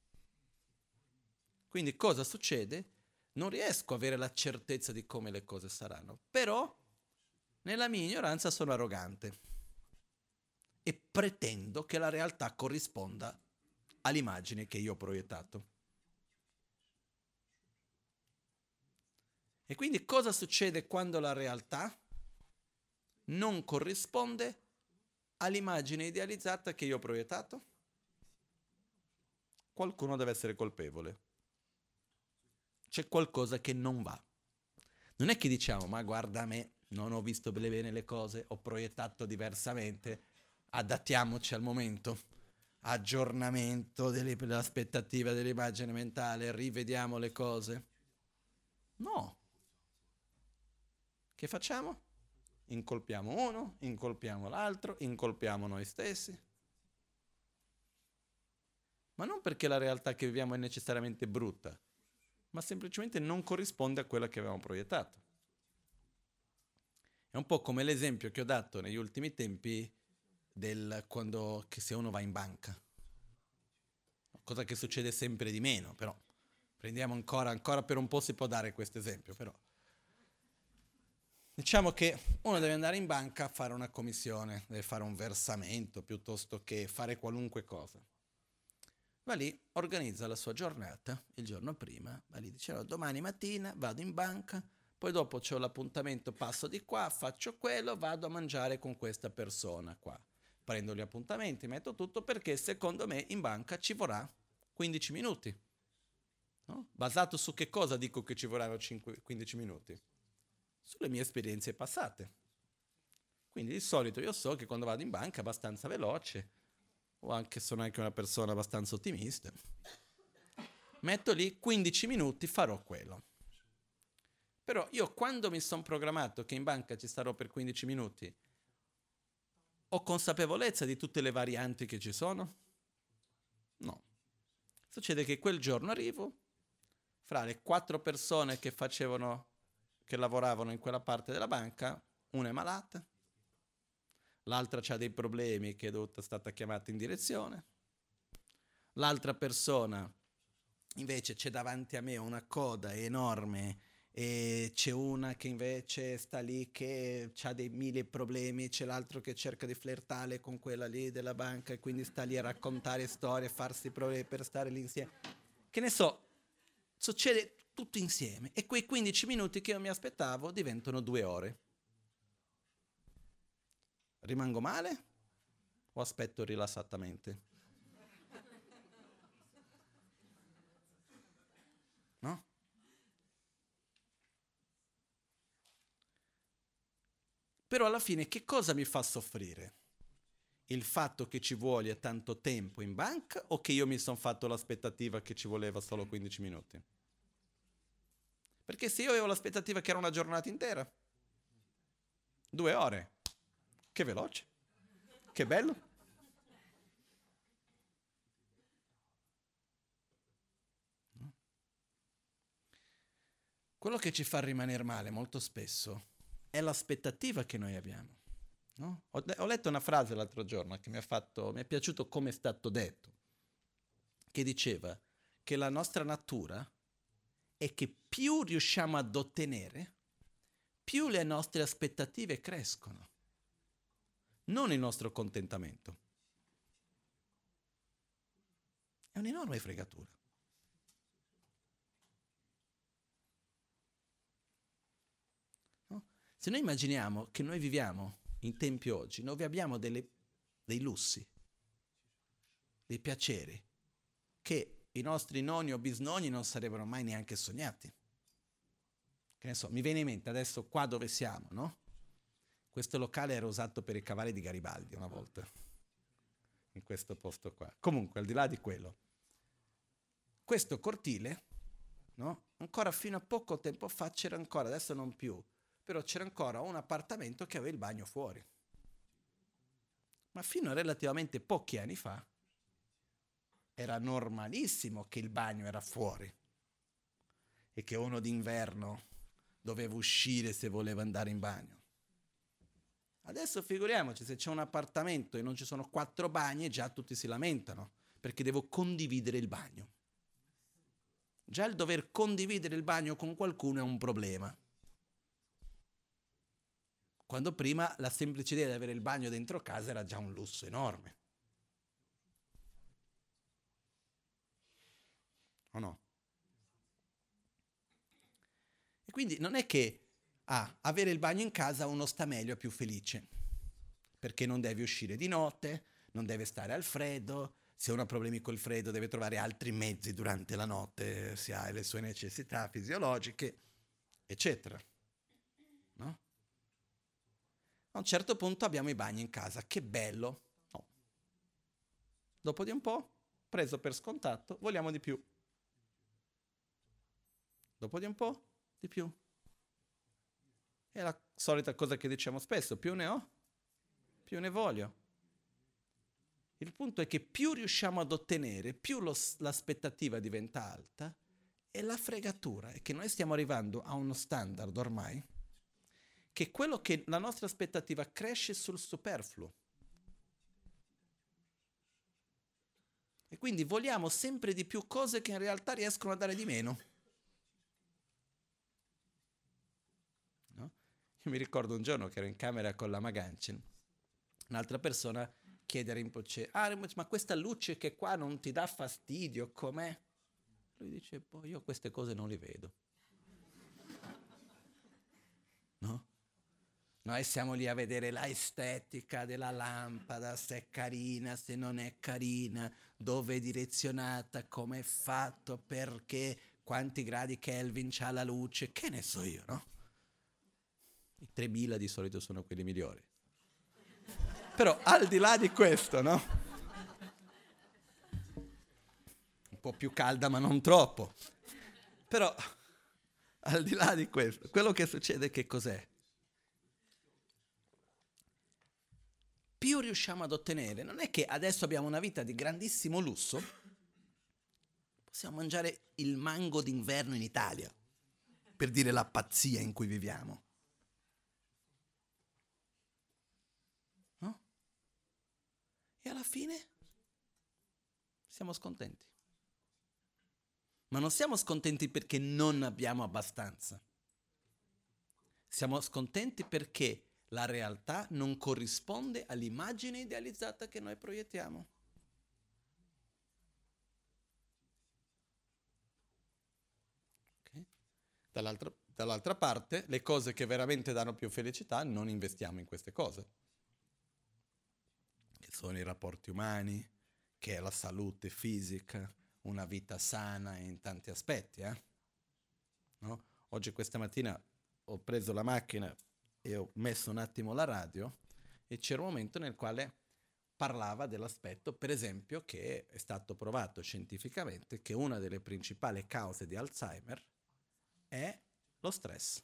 Quindi cosa succede? Non riesco a avere la certezza di come le cose saranno, però nella mia ignoranza sono arrogante e pretendo che la realtà corrisponda all'immagine che io ho proiettato. E quindi cosa succede quando la realtà non corrisponde all'immagine idealizzata che io ho proiettato? qualcuno deve essere colpevole. C'è qualcosa che non va. Non è che diciamo, ma guarda me, non ho visto bene le cose, ho proiettato diversamente, adattiamoci al momento, aggiornamento dell'aspettativa dell'immagine mentale, rivediamo le cose. No. Che facciamo? Incolpiamo uno, incolpiamo l'altro, incolpiamo noi stessi. Ma non perché la realtà che viviamo è necessariamente brutta, ma semplicemente non corrisponde a quella che avevamo proiettato. È un po' come l'esempio che ho dato negli ultimi tempi del quando che se uno va in banca. Cosa che succede sempre di meno, però prendiamo ancora per un po' si può dare questo esempio, però. Diciamo che uno deve andare in banca a fare una commissione, deve fare un versamento piuttosto che fare qualunque cosa. Va lì, organizza la sua giornata, il giorno prima, va lì, dice no, domani mattina vado in banca, poi dopo c'ho l'appuntamento, passo di qua, faccio quello, vado a mangiare con questa persona qua. Prendo gli appuntamenti, metto tutto perché secondo me in banca ci vorrà 15 minuti. No? Basato su che cosa dico che ci vorranno 15 minuti? Sulle mie esperienze passate. Quindi di solito io so che quando vado in banca è abbastanza veloce, o anche sono anche una persona abbastanza ottimista. Metto lì 15 minuti, farò quello. Però io quando mi sono programmato che in banca ci starò per 15 minuti, ho consapevolezza di tutte le varianti che ci sono? No. Succede che quel giorno arrivo, fra le 4 persone che lavoravano in quella parte della banca, una è malata, l'altra ha dei problemi che è stata chiamata in direzione, l'altra persona invece c'è davanti a me una coda enorme e c'è una che invece sta lì che ha dei 1000 problemi, c'è l'altro che cerca di flirtare con quella lì della banca e quindi sta lì a raccontare storie, farsi problemi per stare lì insieme. Che ne so, succede tutto insieme e quei 15 minuti che io mi aspettavo diventano 2 ore. Rimango male o aspetto rilassatamente? No? Però alla fine che cosa mi fa soffrire? Il fatto che ci voglia tanto tempo in banca o che io mi sono fatto l'aspettativa che ci voleva solo 15 minuti? Perché se io avevo l'aspettativa che era una giornata intera, 2 ore, che veloce, che bello. Quello che ci fa rimanere male molto spesso è l'aspettativa che noi abbiamo. No? Ho letto una frase l'altro giorno che mi è piaciuto come è stato detto, che diceva che la nostra natura è che più riusciamo ad ottenere, più le nostre aspettative crescono, non il nostro contentamento. È un'enorme fregatura. No? Se noi immaginiamo che noi viviamo in tempi oggi, dove abbiamo dei lussi, dei piaceri, che i nostri nonni o bisnonni non sarebbero mai neanche sognati. Che ne so, mi viene in mente adesso qua dove siamo, no? Questo locale era usato per i cavalli di Garibaldi una volta, in questo posto qua. Comunque, al di là di quello, questo cortile, no? Ancora fino a poco tempo fa c'era ancora, adesso non più, però c'era ancora un appartamento che aveva il bagno fuori. Ma fino a relativamente pochi anni fa era normalissimo che il bagno era fuori e che uno d'inverno doveva uscire se voleva andare in bagno. Adesso figuriamoci, se c'è un appartamento e non ci sono 4 bagni, già tutti si lamentano, perché devo condividere il bagno. Già il dover condividere il bagno con qualcuno è un problema. Quando prima la semplice idea di avere il bagno dentro casa era già un lusso enorme. O no? E quindi non è che avere il bagno in casa uno sta meglio, è più felice, perché non deve uscire di notte, non deve stare al freddo, Se uno ha problemi col freddo deve trovare altri mezzi durante la notte, se ha le sue necessità fisiologiche, eccetera. No? A un certo punto abbiamo i bagni in casa, che bello. No. Dopo di un po', preso per scontato, vogliamo di più. Dopo di un po', di più. È la solita cosa che diciamo spesso, più ne ho, più ne voglio. Il punto è che più riusciamo ad ottenere, più l'aspettativa diventa alta, e la fregatura è che noi stiamo arrivando a uno standard ormai, che quello che la nostra aspettativa cresce sul superfluo. E quindi vogliamo sempre di più cose che in realtà riescono a dare di meno. No? Io mi ricordo un giorno che ero in camera con la Maganchen, un'altra persona chiede a Rinpoche, ma questa luce che qua non ti dà fastidio, com'è? Lui dice, boh, io queste cose non li vedo. No? Noi siamo lì a vedere la estetica della lampada, se è carina, se non è carina, dove è direzionata, come è fatto, perché, quanti gradi Kelvin c'ha la luce, che ne so io, no? I 3000 di solito sono quelli migliori. Però al di là di questo, no? Un po' più calda ma non troppo. Però al di là di questo, quello che succede che cos'è? Più riusciamo ad ottenere, non è che adesso abbiamo una vita di grandissimo lusso, possiamo mangiare il mango d'inverno in Italia, per dire la pazzia in cui viviamo. No? E alla fine siamo scontenti. Ma non siamo scontenti perché non abbiamo abbastanza. Siamo scontenti perché la realtà non corrisponde all'immagine idealizzata che noi proiettiamo. Okay? Dall'altra parte, le cose che veramente danno più felicità, non investiamo in queste cose. Che sono i rapporti umani, che è la salute fisica, una vita sana in tanti aspetti. No? Oggi questa mattina ho preso la macchina e ho messo un attimo la radio e c'era un momento nel quale parlava dell'aspetto, per esempio, che è stato provato scientificamente che una delle principali cause di Alzheimer è lo stress.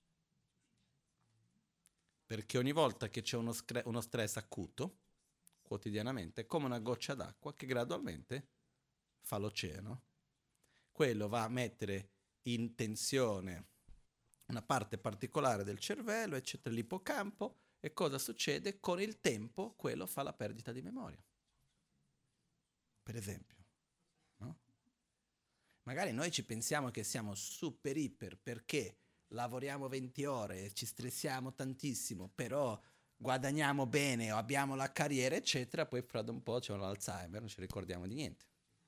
Perché ogni volta che c'è uno stress acuto, quotidianamente, è come una goccia d'acqua che gradualmente fa l'oceano. Quello va a mettere in tensione una parte particolare del cervello, eccetera, l'ippocampo, e cosa succede? Con il tempo quello fa la perdita di memoria. Per esempio. No? Magari noi ci pensiamo che siamo super iper perché lavoriamo 20 ore e ci stressiamo tantissimo, però guadagniamo bene o abbiamo la carriera, eccetera, poi fra un po' c'è l'Alzheimer, non ci ricordiamo di niente.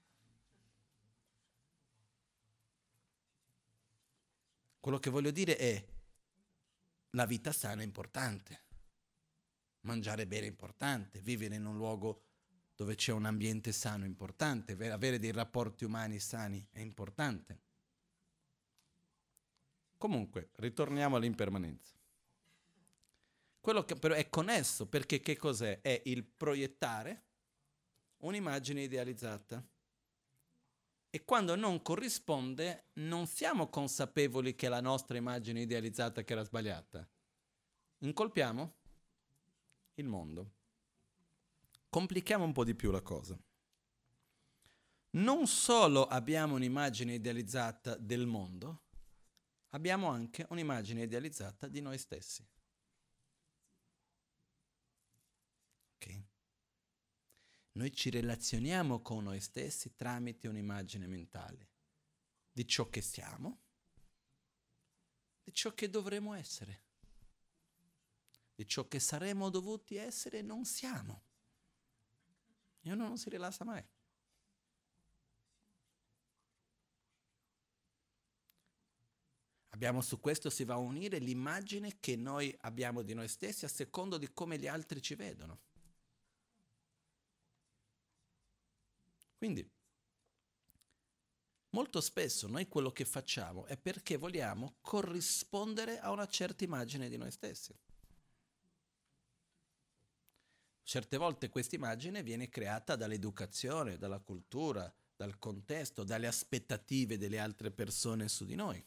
Quello che voglio dire è la vita sana è importante, mangiare bene è importante, vivere in un luogo dove c'è un ambiente sano è importante, avere dei rapporti umani sani è importante. Comunque, ritorniamo all'impermanenza. Quello che però è connesso, perché che cos'è? È il proiettare un'immagine idealizzata. E quando non corrisponde, non siamo consapevoli che è la nostra immagine idealizzata che era sbagliata. Incolpiamo il mondo. Complichiamo un po' di più la cosa. Non solo abbiamo un'immagine idealizzata del mondo, abbiamo anche un'immagine idealizzata di noi stessi. Ok? Noi ci relazioniamo con noi stessi tramite un'immagine mentale di ciò che siamo, di ciò che dovremo essere, di ciò che saremmo dovuti essere e non siamo. E uno non si rilassa mai. Abbiamo su questo si va a unire l'immagine che noi abbiamo di noi stessi a secondo di come gli altri ci vedono. Quindi, molto spesso noi quello che facciamo è perché vogliamo corrispondere a una certa immagine di noi stessi. Certe volte questa immagine viene creata dall'educazione, dalla cultura, dal contesto, dalle aspettative delle altre persone su di noi.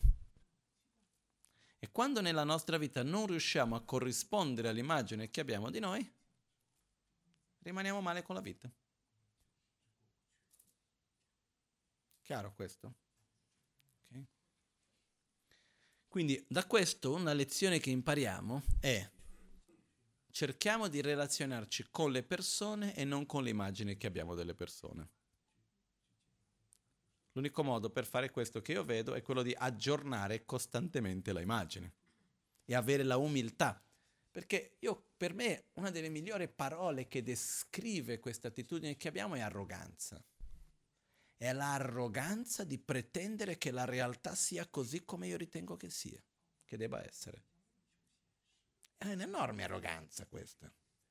E quando nella nostra vita non riusciamo a corrispondere all'immagine che abbiamo di noi, rimaniamo male con la vita. Chiaro questo? Okay. Quindi da questo una lezione che impariamo è: cerchiamo di relazionarci con le persone e non con l'immagine che abbiamo delle persone. L'unico modo per fare questo che io vedo è quello di aggiornare costantemente la immagine e avere la umiltà. Perché per me una delle migliori parole che descrive questa attitudine che abbiamo è arroganza. È l'arroganza di pretendere che la realtà sia così come io ritengo che sia, che debba essere. È un'enorme arroganza questa.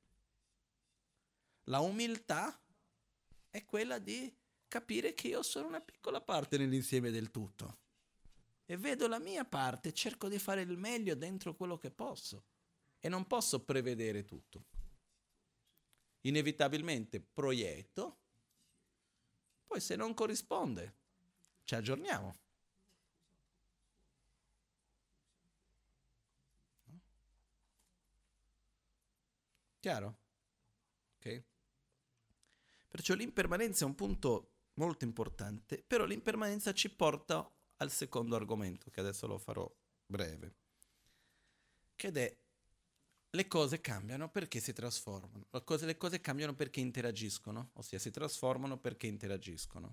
La umiltà è quella di capire che io sono una piccola parte nell'insieme del tutto e vedo la mia parte, cerco di fare il meglio dentro quello che posso e non posso prevedere tutto. Inevitabilmente proietto, poi se non corrisponde ci aggiorniamo. Chiaro? Ok? Perciò l'impermanenza è un punto molto importante, però l'impermanenza ci porta al secondo argomento, che adesso lo farò breve, che è: le cose cambiano perché si trasformano. Le cose cambiano perché interagiscono, ossia si trasformano perché interagiscono.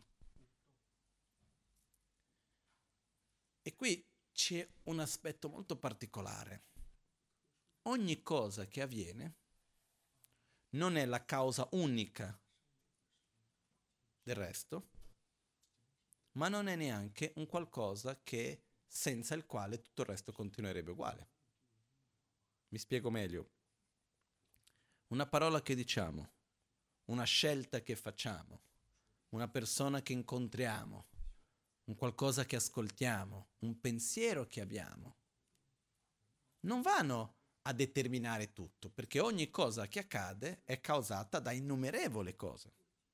E qui c'è un aspetto molto particolare. Ogni cosa che avviene non è la causa unica del resto, ma non è neanche un qualcosa che senza il quale tutto il resto continuerebbe uguale. Mi spiego meglio. Una parola che diciamo, una scelta che facciamo, una persona che incontriamo, un qualcosa che ascoltiamo, un pensiero che abbiamo, non vanno a determinare tutto, perché ogni cosa che accade è causata da innumerevoli cose.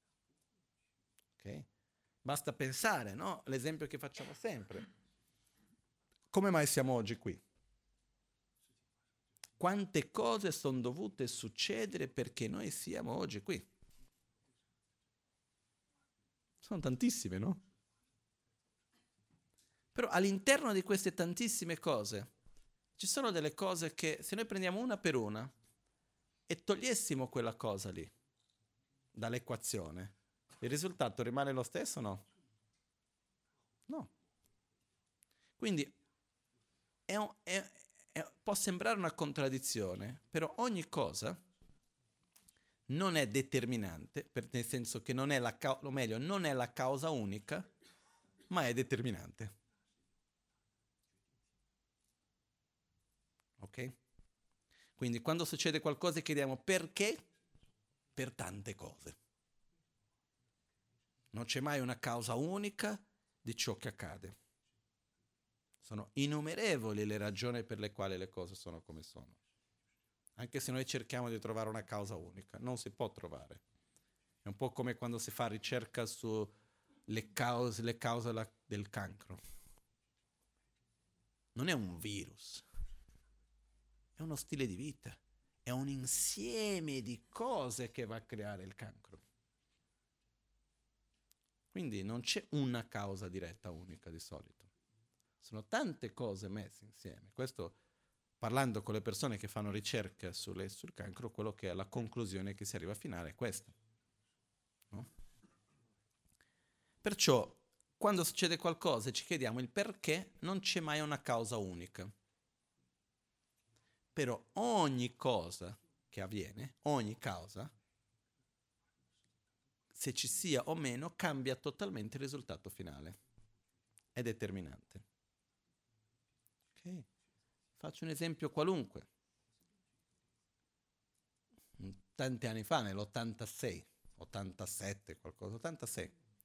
Ok? Basta pensare, no? L'esempio che facciamo sempre. Come mai siamo oggi qui? Quante cose sono dovute succedere perché noi siamo oggi qui? Sono tantissime, no? Però all'interno di queste tantissime cose ci sono delle cose che, se noi prendiamo una per una e togliessimo quella cosa lì dall'equazione, il risultato rimane lo stesso o no? No. Quindi può sembrare una contraddizione, però ogni cosa non è determinante, nel senso che non è o meglio, non è la causa unica, ma è determinante. Ok? Quindi quando succede qualcosa chiediamo perché? Per tante cose. Non c'è mai una causa unica di ciò che accade. Sono innumerevoli le ragioni per le quali le cose sono come sono. Anche se noi cerchiamo di trovare una causa unica, non si può trovare. È un po' come quando si fa ricerca sulle cause del cancro. Non è un virus, è uno stile di vita, è un insieme di cose che va a creare il cancro. Quindi non c'è una causa diretta unica di solito. Sono tante cose messe insieme. Questo, parlando con le persone che fanno ricerca sul cancro, quello che è la conclusione che si arriva a finale è questa. No? Perciò, quando succede qualcosa e ci chiediamo il perché, non c'è mai una causa unica. Però ogni cosa che avviene, ogni causa, se ci sia o meno, cambia totalmente il risultato finale. È determinante. Ok? Faccio un esempio qualunque. Tanti anni fa, nell'86, 87, qualcosa, 86,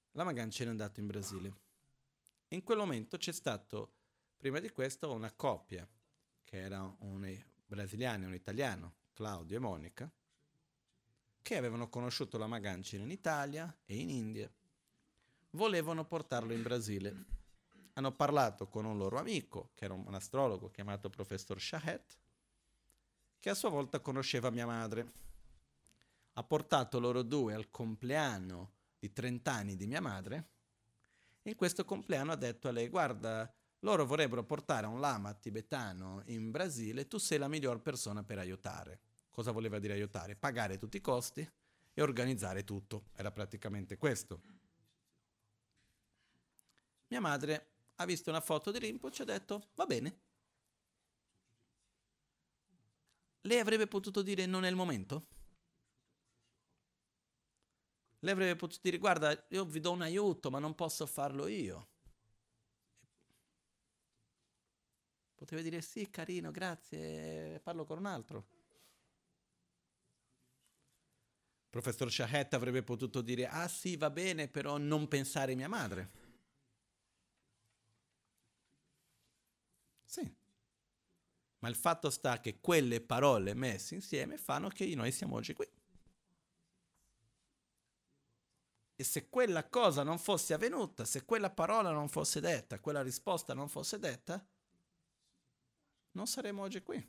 la Magancia è andata in Brasile. In quel momento c'è stato, prima di questo, una coppia, che era un brasiliano e un italiano, Claudio e Monica, che avevano conosciuto la Magancia in Italia e in India. Volevano portarlo in Brasile. Hanno parlato con un loro amico, che era un astrologo chiamato professor Shahet, che a sua volta conosceva mia madre. Ha portato loro due al compleanno di 30 anni di mia madre. In questo compleanno ha detto a lei: guarda, loro vorrebbero portare un lama tibetano in Brasile, tu sei la miglior persona per aiutare. Cosa voleva dire aiutare? Pagare tutti i costi e organizzare tutto. Era praticamente questo. Mia madre ha visto una foto di Rinpoche e ha detto: va bene. Lei avrebbe potuto dire: non è il momento? Lei avrebbe potuto dire: guarda, io vi do un aiuto, ma non posso farlo io. Poteva dire: sì, carino, grazie, parlo con un altro. Il professor Shahet avrebbe potuto dire: ah sì, va bene, però non pensare a mia madre. Sì. Ma il fatto sta che quelle parole messe insieme fanno che noi siamo oggi qui. E se quella cosa non fosse avvenuta, se quella parola non fosse detta, quella risposta non fosse detta, non saremmo oggi qui.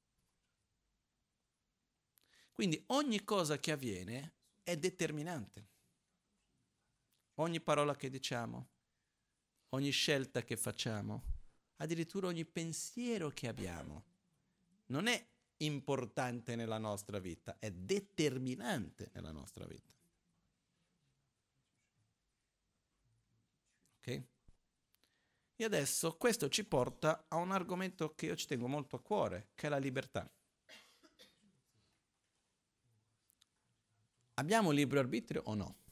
Quindi ogni cosa che avviene è determinante. Ogni parola che diciamo, ogni scelta che facciamo, addirittura ogni pensiero che abbiamo, non è importante nella nostra vita, è determinante nella nostra vita. Ok? E adesso questo ci porta a un argomento che io ci tengo molto a cuore, che è la libertà. Abbiamo libero arbitrio o no?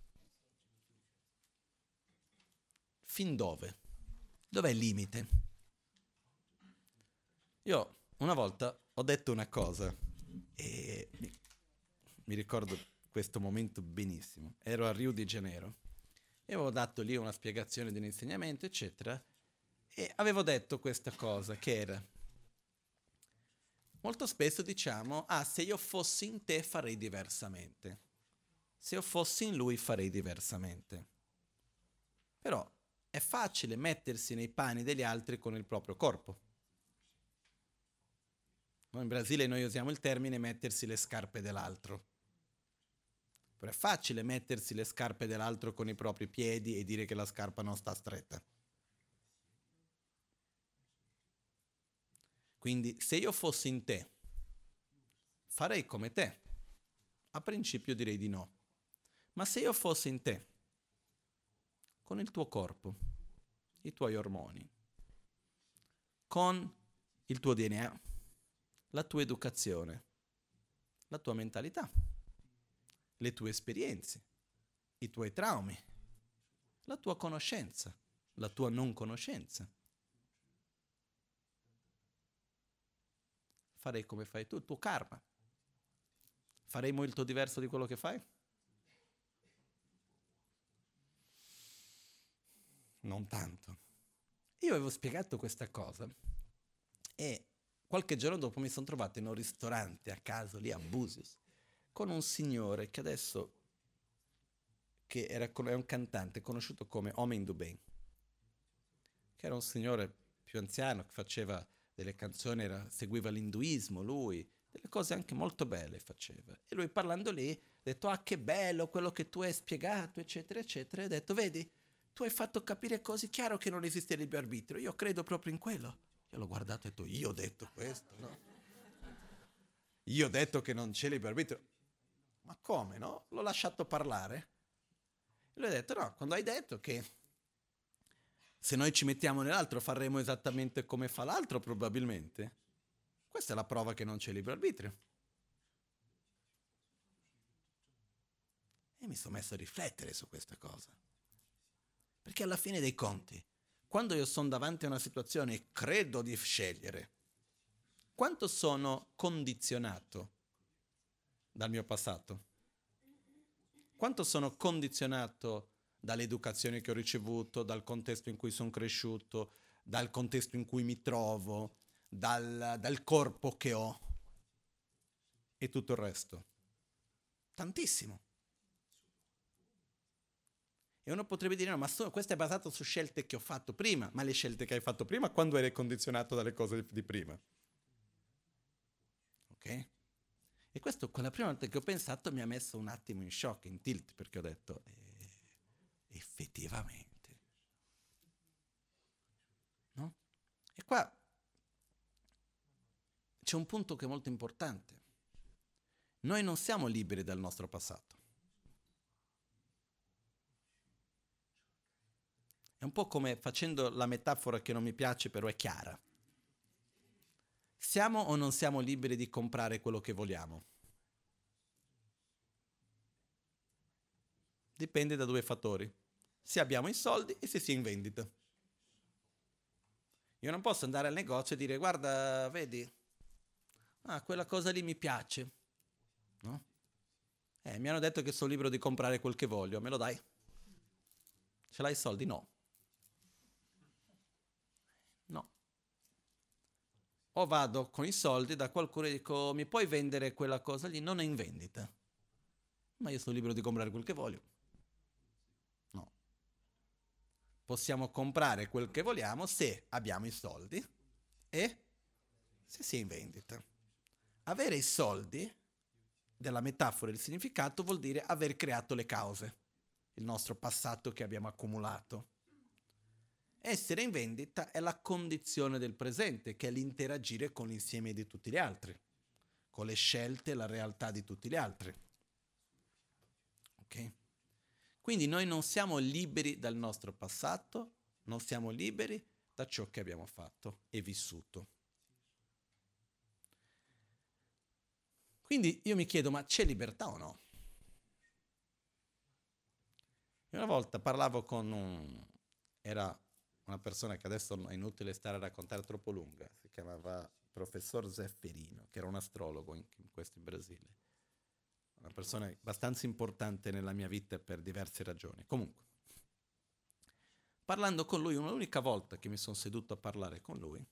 Fin dove? Dov'è il limite? Io una volta ho detto una cosa e mi ricordo questo momento benissimo. Ero a Rio de Janeiro e avevo dato lì una spiegazione di un insegnamento, eccetera, e avevo detto questa cosa che era: molto spesso diciamo: ah, se io fossi in te farei diversamente. Se io fossi in lui farei diversamente. Però è facile mettersi nei panni degli altri con il proprio corpo. In Brasile noi usiamo il termine mettersi le scarpe dell'altro. Però è facile mettersi le scarpe dell'altro con i propri piedi e dire che la scarpa non sta stretta. Quindi se io fossi in te, farei come te. A principio direi di no. Ma se io fossi in te, con il tuo corpo, i tuoi ormoni, con il tuo DNA, la tua educazione, la tua mentalità, le tue esperienze, i tuoi traumi, la tua conoscenza, la tua non conoscenza. Farei come fai tu, il tuo karma. Farei molto diverso di quello che fai? Non tanto. Io avevo spiegato questa cosa e qualche giorno dopo mi sono trovato in un ristorante a caso lì a Buzios con un signore che adesso è un cantante conosciuto come Omen Dubain, che era un signore più anziano che faceva delle canzoni, seguiva l'induismo, lui, delle cose anche molto belle faceva. E lui parlando lì ha detto: ah, che bello quello che tu hai spiegato, eccetera, eccetera. E ha detto: vedi, tu hai fatto capire così chiaro che non esiste il libero arbitrio, io credo proprio in quello. Io l'ho guardato e ho detto: io ho detto questo, no? Io ho detto che non c'è libero arbitrio. Ma come, no? L'ho lasciato parlare. E lui ha detto: no, quando hai detto che se noi ci mettiamo nell'altro faremo esattamente come fa l'altro probabilmente, questa è la prova che non c'è libero arbitrio. E mi sono messo a riflettere su questa cosa. Perché alla fine dei conti, quando io sono davanti a una situazione e credo di scegliere, quanto sono condizionato dal mio passato? Quanto sono condizionato dall'educazione che ho ricevuto, dal contesto in cui sono cresciuto, dal contesto in cui mi trovo, dal corpo che ho e tutto il resto. Tantissimo. E uno potrebbe dire, no, ma questo è basato su scelte che ho fatto prima, ma le scelte che hai fatto prima, quando eri condizionato dalle cose di prima? Ok? E questo, quella prima volta che ho pensato, mi ha messo un attimo in shock, in tilt, perché ho detto, effettivamente. No? E qua c'è un punto che è molto importante. Noi non siamo liberi dal nostro passato. È un po' come facendo la metafora che non mi piace, però è chiara. Siamo o non siamo liberi di comprare quello che vogliamo? Dipende da due fattori. Se abbiamo i soldi e se si è in vendita. Io non posso andare al negozio e dire, guarda, vedi, quella cosa lì mi piace. No? Mi hanno detto che sono libero di comprare quel che voglio, me lo dai? Ce l'hai i soldi? No. No. O vado con i soldi da qualcuno e dico, mi puoi vendere quella cosa lì? Non è in vendita. Ma io sono libero di comprare quel che voglio. No. Possiamo comprare quel che vogliamo se abbiamo i soldi e se si è in vendita. Avere i soldi, della metafora e il significato, vuol dire aver creato le cause, il nostro passato che abbiamo accumulato. Essere in vendita è la condizione del presente, che è l'interagire con l'insieme di tutti gli altri, con le scelte e la realtà di tutti gli altri. Ok? Quindi noi non siamo liberi dal nostro passato, non siamo liberi da ciò che abbiamo fatto e vissuto. Quindi io mi chiedo, ma c'è libertà o no? Una volta parlavo con era una persona che adesso è inutile stare a raccontare troppo lunga, si chiamava professor Zefferino, che era un astrologo in Brasile. Una persona abbastanza importante nella mia vita per diverse ragioni. Comunque, parlando con lui, un'unica volta che mi sono seduto a parlare con lui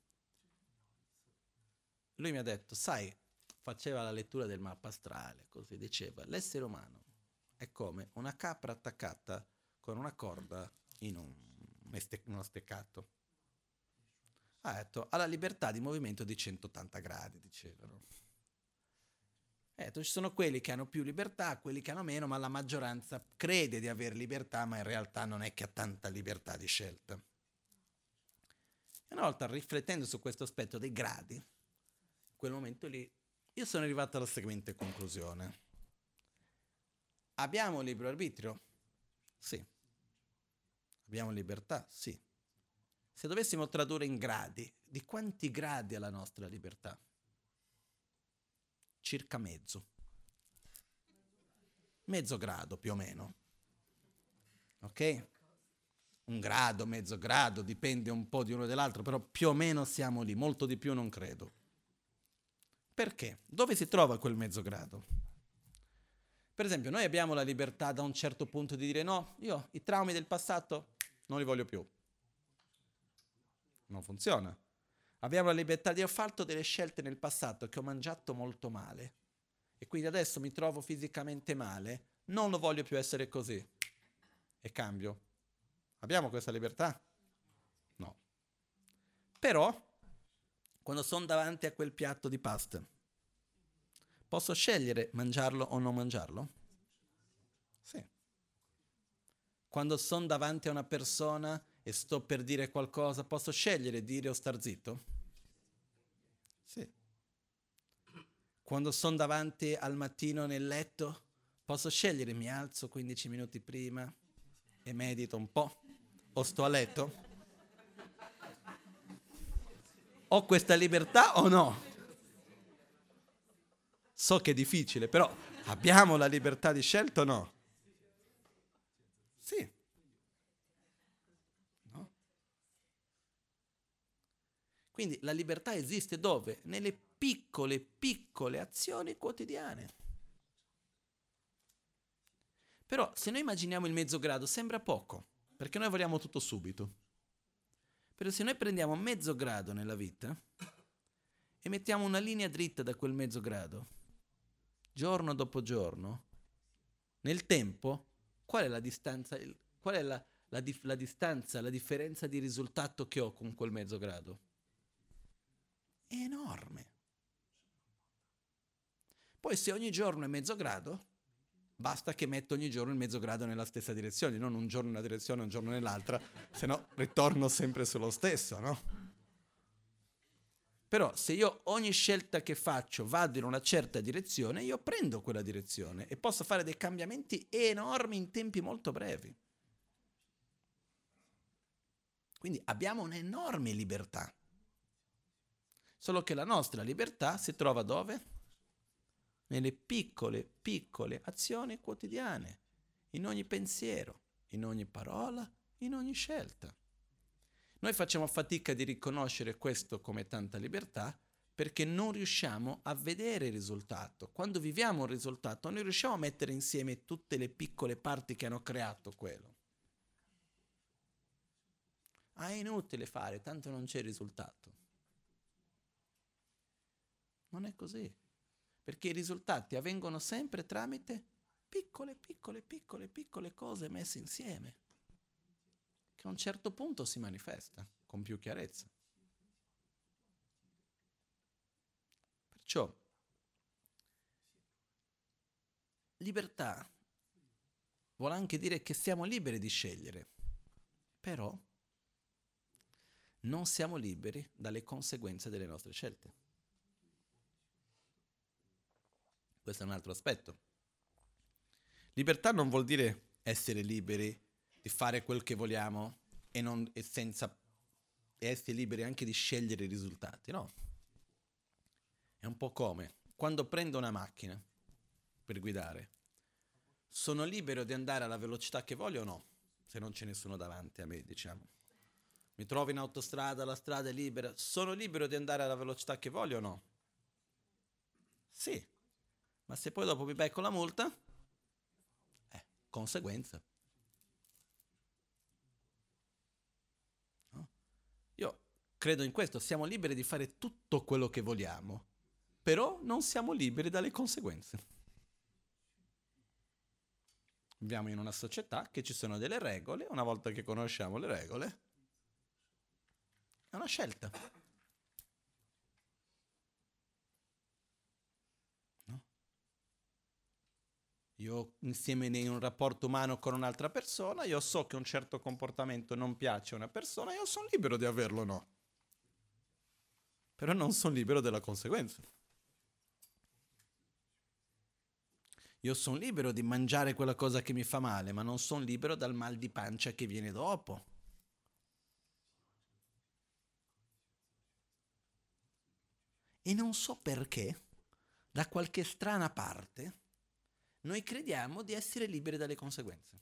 mi ha detto, sai, faceva la lettura del mappa astrale, così diceva, l'essere umano è come una capra attaccata con una corda in uno steccato. Ha detto, ha la libertà di movimento di 180 gradi, dicevano. Ha detto, ci sono quelli che hanno più libertà, quelli che hanno meno, ma la maggioranza crede di avere libertà, ma in realtà non è che ha tanta libertà di scelta. E una volta riflettendo su questo aspetto dei gradi, in quel momento lì, io sono arrivato alla seguente conclusione. Abbiamo libero arbitrio? Sì. Abbiamo libertà? Sì. Se dovessimo tradurre in gradi, di quanti gradi ha la nostra libertà? Circa mezzo. Mezzo grado più o meno. Ok? Un grado, mezzo grado, dipende un po' di uno e dell'altro, però più o meno siamo lì, molto di più non credo. Perché? Dove si trova quel mezzo grado? Per esempio, noi abbiamo la libertà da un certo punto di dire no, io i traumi del passato non li voglio più. Non funziona. Abbiamo la libertà di ho fatto delle scelte nel passato che ho mangiato molto male e quindi adesso mi trovo fisicamente male, non lo voglio più essere così e cambio. Abbiamo questa libertà? No. Però, quando sono davanti a quel piatto di pasta, posso scegliere mangiarlo o non mangiarlo? Sì. Quando sono davanti a una persona e sto per dire qualcosa, posso scegliere dire o star zitto? Sì. Quando sono davanti al mattino nel letto, posso scegliere mi alzo 15 minuti prima e medito un po'? O sto a letto? Ho questa libertà o no? So che è difficile, però abbiamo la libertà di scelta o no? Sì. No? Quindi la libertà esiste dove? Nelle piccole azioni quotidiane. Però se noi immaginiamo il mezzo grado sembra poco, perché noi vogliamo tutto subito. Però se noi prendiamo mezzo grado nella vita e mettiamo una linea dritta da quel mezzo grado, giorno dopo giorno, nel tempo, qual è la distanza, qual è la distanza, la differenza di risultato che ho con quel mezzo grado? È enorme. Poi se ogni giorno è mezzo grado, basta che metto ogni giorno il mezzo grado nella stessa direzione, non un giorno in una direzione e un giorno nell'altra, se no ritorno sempre sullo stesso, no? Però se io ogni scelta che faccio vado in una certa direzione, io prendo quella direzione e posso fare dei cambiamenti enormi in tempi molto brevi. Quindi abbiamo un'enorme libertà. Solo che la nostra libertà si trova dove? Nelle piccole azioni quotidiane, in ogni pensiero, in ogni parola, in ogni scelta. Noi facciamo fatica di riconoscere questo come tanta libertà perché non riusciamo a vedere il risultato. Quando viviamo un risultato non riusciamo a mettere insieme tutte le piccole parti che hanno creato quello. È inutile fare, tanto non c'è risultato. Non è così. Perché i risultati avvengono sempre tramite piccole cose messe insieme, che a un certo punto si manifesta con più chiarezza. Perciò, libertà vuole anche dire che siamo liberi di scegliere, però non siamo liberi dalle conseguenze delle nostre scelte. Questo è un altro aspetto. Libertà non vuol dire essere liberi di fare quel che vogliamo e essere liberi anche di scegliere i risultati, no? È un po' come quando prendo una macchina per guidare. Sono libero di andare alla velocità che voglio o no? Se non c'è nessuno davanti a me, diciamo. Mi trovo in autostrada, la strada è libera. Sono libero di andare alla velocità che voglio o no? Sì. Ma se poi dopo mi becco la multa, conseguenza. No? Io credo in questo, siamo liberi di fare tutto quello che vogliamo, però non siamo liberi dalle conseguenze. Viviamo in una società che ci sono delle regole, una volta che conosciamo le regole, è una scelta. Io insieme in un rapporto umano con un'altra persona, io so che un certo comportamento non piace a una persona, io sono libero di averlo o no. Però non sono libero della conseguenza. Io sono libero di mangiare quella cosa che mi fa male, ma non sono libero dal mal di pancia che viene dopo. E non so perché, da qualche strana parte, noi crediamo di essere liberi dalle conseguenze.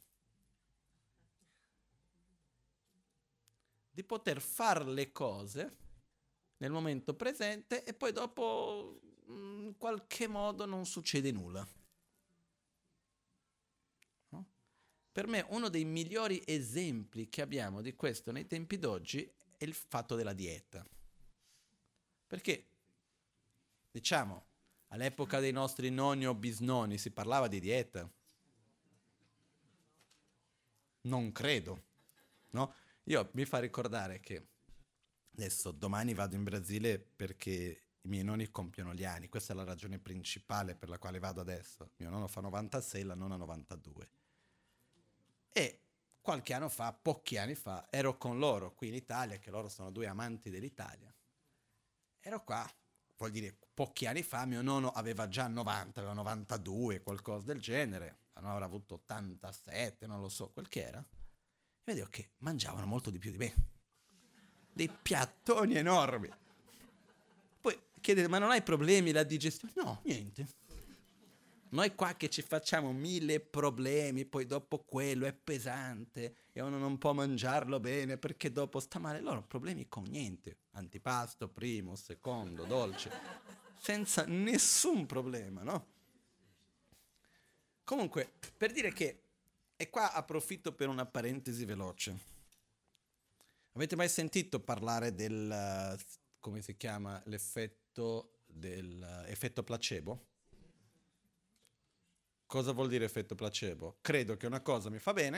Di poter fare le cose nel momento presente e poi dopo in qualche modo non succede nulla. No? Per me uno dei migliori esempi che abbiamo di questo nei tempi d'oggi è il fatto della dieta. Perché, diciamo, all'epoca dei nostri nonni o bisnonni si parlava di dieta? Non credo, no? Io mi fa ricordare che adesso domani vado in Brasile perché i miei nonni compiono gli anni, questa è la ragione principale per la quale vado adesso. Mio nonno fa 96, la nonna 92. E qualche anno fa, pochi anni fa, ero con loro qui in Italia, che loro sono due amanti dell'Italia. Ero qua, vuol dire pochi anni fa, mio nonno aveva già 90, aveva 92, qualcosa del genere, non avrà avuto 87, non lo so, quel che era. E vedevo che mangiavano molto di più di me. Dei piattoni enormi. Poi chiede, ma non hai problemi la digestione? No, niente. Noi qua che ci facciamo 1000 problemi, poi dopo quello è pesante e uno non può mangiarlo bene perché dopo sta male. Loro problemi con niente. Antipasto, primo, secondo, dolce. Senza nessun problema, no? Comunque, per dire che E qua approfitto per una parentesi veloce. Avete mai sentito parlare del, come si chiama, l'effetto effetto placebo? Cosa vuol dire effetto placebo? Credo che una cosa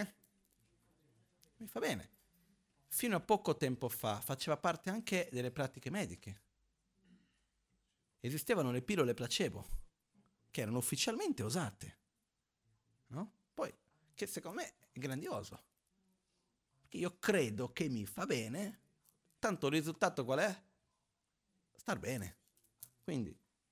mi fa bene. Fino a poco tempo fa faceva parte anche delle pratiche mediche. Esistevano le pillole placebo, che erano ufficialmente usate, no? Poi, che secondo me è grandioso. Perché io credo che mi fa bene, tanto il risultato qual è? Star bene. Quindi,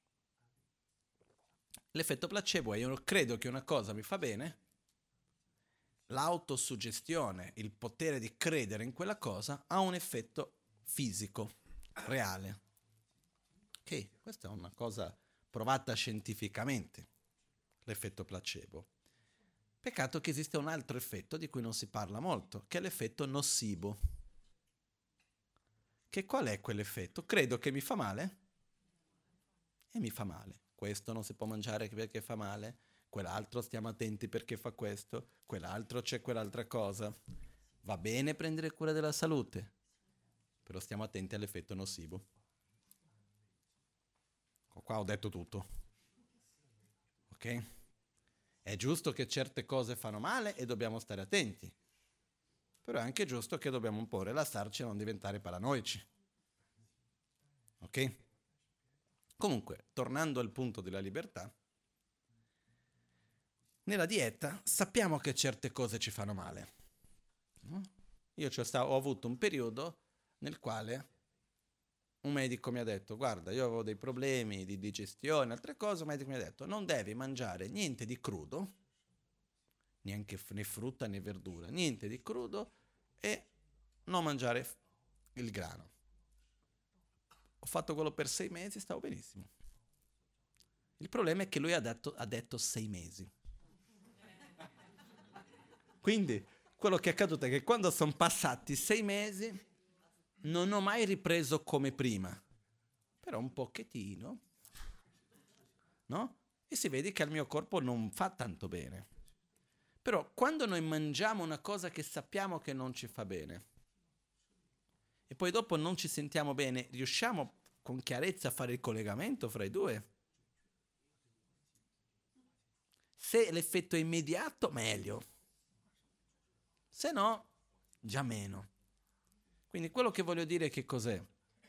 l'effetto placebo è io credo che una cosa mi fa bene, l'autosuggestione, il potere di credere in quella cosa ha un effetto fisico, reale. Ok, questa è una cosa provata scientificamente, l'effetto placebo. Peccato che esiste un altro effetto di cui non si parla molto, che è l'effetto nocivo. Che qual è quell'effetto? Credo che mi fa male e mi fa male. Questo non si può mangiare perché fa male, quell'altro stiamo attenti perché fa questo, quell'altro c'è quell'altra cosa. Va bene prendere cura della salute, però stiamo attenti all'effetto nocivo. Qua ho detto tutto. Ok? È giusto che certe cose fanno male e dobbiamo stare attenti. Però è anche giusto che dobbiamo un po' rilassarci e non diventare paranoici. Ok? Comunque, tornando al punto della libertà, nella dieta sappiamo che certe cose ci fanno male. Io ho avuto un periodo nel quale un medico mi ha detto, guarda, io avevo dei problemi di digestione, altre cose, un medico mi ha detto, non devi mangiare niente di crudo, neanche né frutta né verdura, niente di crudo e non mangiare il grano. Ho fatto quello per 6 mesi e stavo benissimo. Il problema è che lui ha detto 6 mesi. Quindi quello che è accaduto è che quando sono passati 6 mesi non ho mai ripreso come prima, però un pochettino, no? E si vede che al mio corpo non fa tanto bene. Però quando noi mangiamo una cosa che sappiamo che non ci fa bene e poi dopo non ci sentiamo bene, riusciamo con chiarezza a fare il collegamento fra i due? Se l'effetto è immediato, meglio. Se no, già meno. Quindi quello che voglio dire è che cos'è?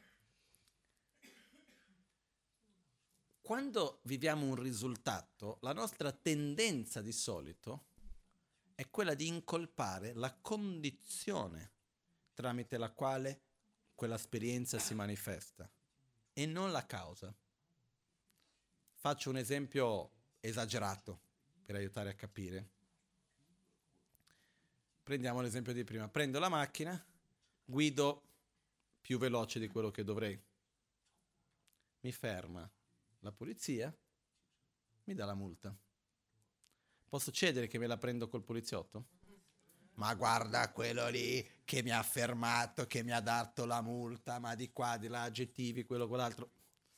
Quando viviamo un risultato, la nostra tendenza di solito è quella di incolpare la condizione tramite la quale quell'esperienza si manifesta e non la causa. Faccio un esempio esagerato per aiutare a capire. Prendiamo l'esempio di prima. Prendo la macchina, guido più veloce di quello che dovrei. Mi ferma la polizia, mi dà la multa. Può succedere che me la prendo col poliziotto? Ma guarda quello lì che mi ha fermato, che mi ha dato la multa, ma di qua, di là, aggettivi, quello, quell'altro.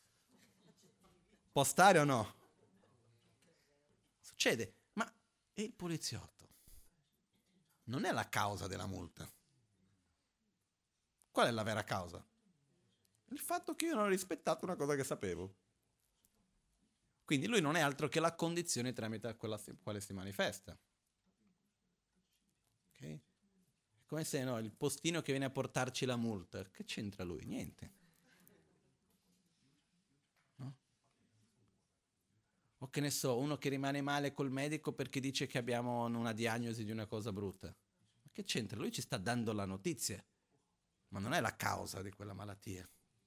Può stare o no? Succede, ma il poliziotto non è la causa della multa. Qual è la vera causa? Il fatto che io non ho rispettato una cosa che sapevo. Quindi lui non è altro che la condizione tramite quella quale si manifesta. Ok? È come se no, il postino che viene a portarci la multa, che c'entra lui? Niente. No? O che ne so, uno che rimane male col medico perché dice che abbiamo una diagnosi di una cosa brutta. Ma che c'entra? Lui ci sta dando la notizia, ma non è la causa di quella malattia.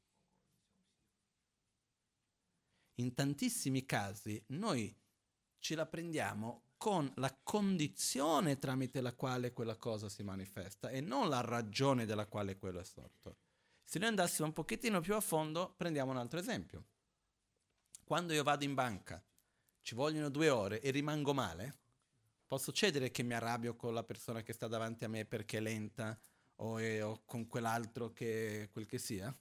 In tantissimi casi noi ce la prendiamo con la condizione tramite la quale quella cosa si manifesta e non la ragione della quale quello è sorto. Se noi andassimo un pochettino più a fondo, prendiamo un altro esempio. Quando io vado in banca, ci vogliono 2 ore e rimango male, può succedere che mi arrabbio con la persona che sta davanti a me perché è lenta o con quell'altro che quel che sia?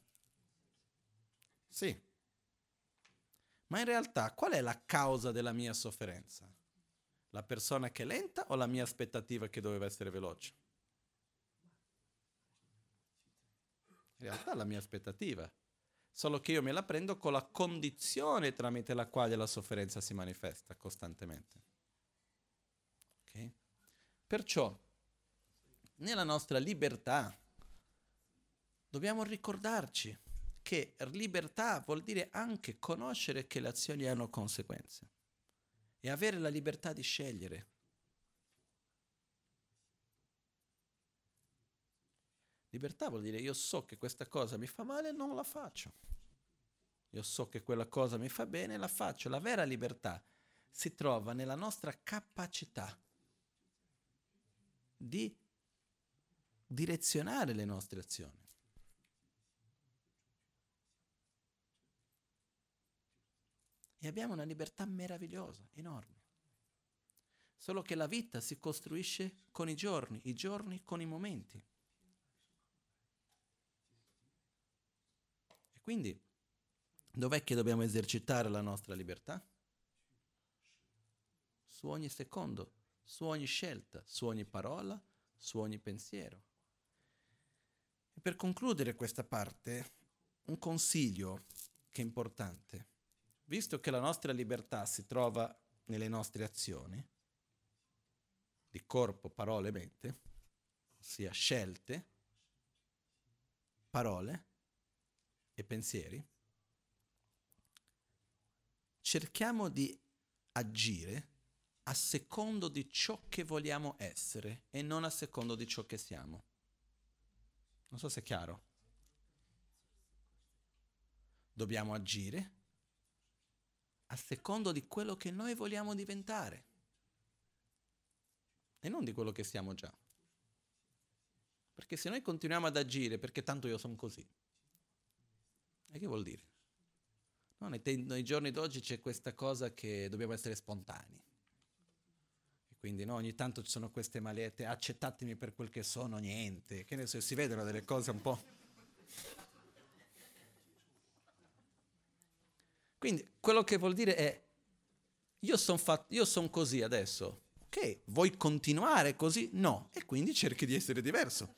Sì. Ma in realtà qual è la causa della mia sofferenza? La persona che è lenta o la mia aspettativa che doveva essere veloce? In realtà la mia aspettativa. Solo che io me la prendo con la condizione tramite la quale la sofferenza si manifesta costantemente. Okay? Perciò, nella nostra libertà, dobbiamo ricordarci che libertà vuol dire anche conoscere che le azioni hanno conseguenze e avere la libertà di scegliere. Libertà vuol dire io so che questa cosa mi fa male e non la faccio. Io so che quella cosa mi fa bene e la faccio. La vera libertà si trova nella nostra capacità di direzionare le nostre azioni. E abbiamo una libertà meravigliosa, enorme. Solo che la vita si costruisce con i giorni con i momenti. E quindi, dov'è che dobbiamo esercitare la nostra libertà? Su ogni secondo, su ogni scelta, su ogni parola, su ogni pensiero. E per concludere questa parte, un consiglio che è importante. Visto che la nostra libertà si trova nelle nostre azioni, di corpo, parole e mente, ossia scelte, parole e pensieri, cerchiamo di agire a secondo di ciò che vogliamo essere e non a secondo di ciò che siamo. Non so se è chiaro. Dobbiamo agire a secondo di quello che noi vogliamo diventare e non di quello che siamo già. Perché se noi continuiamo ad agire perché tanto io sono così, e che vuol dire? No, nei giorni d'oggi c'è questa cosa che dobbiamo essere spontanei. E quindi no, ogni tanto ci sono queste malette, accettatemi per quel che sono, niente. Che ne so, si vedono delle cose un po'. Quindi quello che vuol dire è, io sono così adesso, ok, vuoi continuare così? No, e quindi cerchi di essere diverso.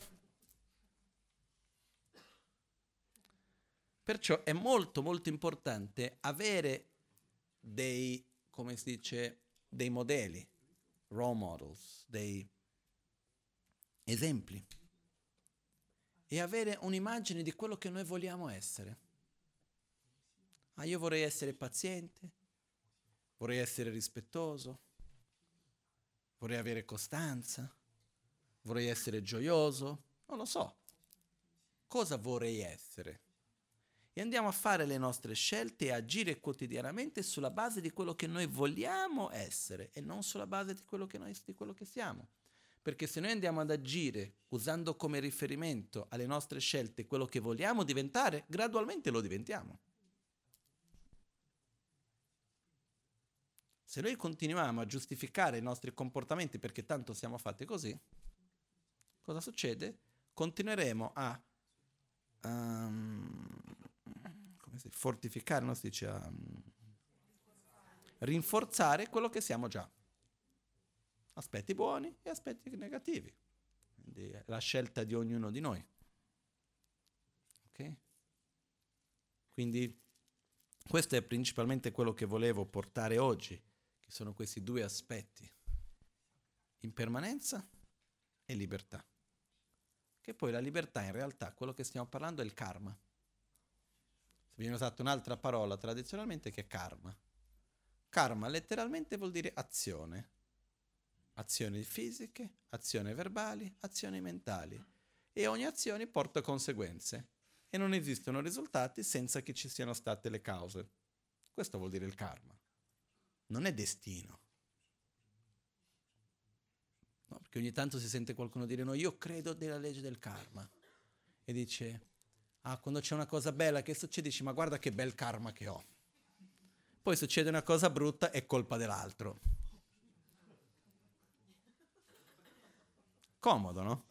Perciò è molto molto importante avere dei, come si dice, dei modelli, role models, dei esempi e avere un'immagine di quello che noi vogliamo essere. Ah, io vorrei essere paziente, vorrei essere rispettoso, vorrei avere costanza, vorrei essere gioioso, non lo so. Cosa vorrei essere? E andiamo a fare le nostre scelte e agire quotidianamente sulla base di quello che noi vogliamo essere e non sulla base di quello che siamo. Perché se noi andiamo ad agire usando come riferimento alle nostre scelte quello che vogliamo diventare, gradualmente lo diventiamo. Se noi continuiamo a giustificare i nostri comportamenti perché tanto siamo fatti così, cosa succede? Continueremo a fortificare, non si dice, rinforzare quello che siamo già. Aspetti buoni e aspetti negativi. Quindi è la scelta di ognuno di noi. Ok? Quindi questo è principalmente quello che volevo portare oggi, che sono questi due aspetti. Impermanenza e libertà. Che poi la libertà in realtà, quello che stiamo parlando è il karma. Viene usata un'altra parola tradizionalmente che è karma. Karma letteralmente vuol dire azione. Azioni fisiche, azioni verbali, azioni mentali. E ogni azione porta conseguenze. E non esistono risultati senza che ci siano state le cause. Questo vuol dire il karma. Non è destino. No, perché ogni tanto si sente qualcuno dire no, io credo nella legge del karma. E dice, quando c'è una cosa bella che succede, dici, ma guarda che bel karma che ho. Poi succede una cosa brutta, è colpa dell'altro. Comodo, no?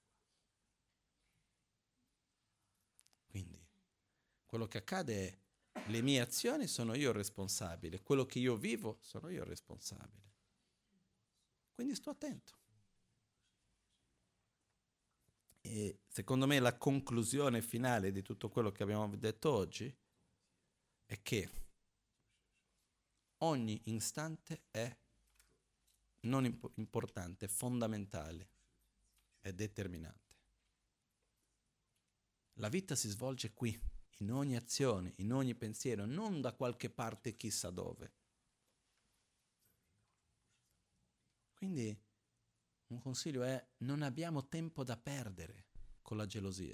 Quindi, quello che accade è, Le mie azioni sono io responsabile, quello che io vivo sono io responsabile. Quindi sto attento. E secondo me la conclusione finale di tutto quello che abbiamo detto oggi è che ogni istante è non importante, è fondamentale, è determinante. La vita si svolge qui, in ogni azione, in ogni pensiero, non da qualche parte chissà dove. Quindi un consiglio è: non abbiamo tempo da perdere con la gelosia.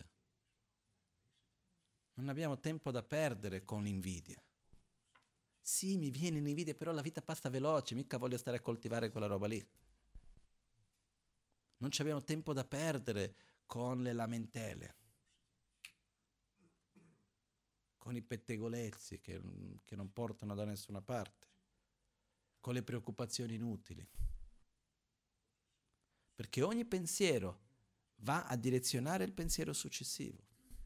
Non abbiamo tempo da perdere con l'invidia. Sì, mi viene l'invidia, però la vita passa veloce, mica voglio stare a coltivare quella roba lì. Non ci abbiamo tempo da perdere con le lamentele, con i pettegolezzi che non portano da nessuna parte, con le preoccupazioni inutili. Perché ogni pensiero va a direzionare il pensiero successivo.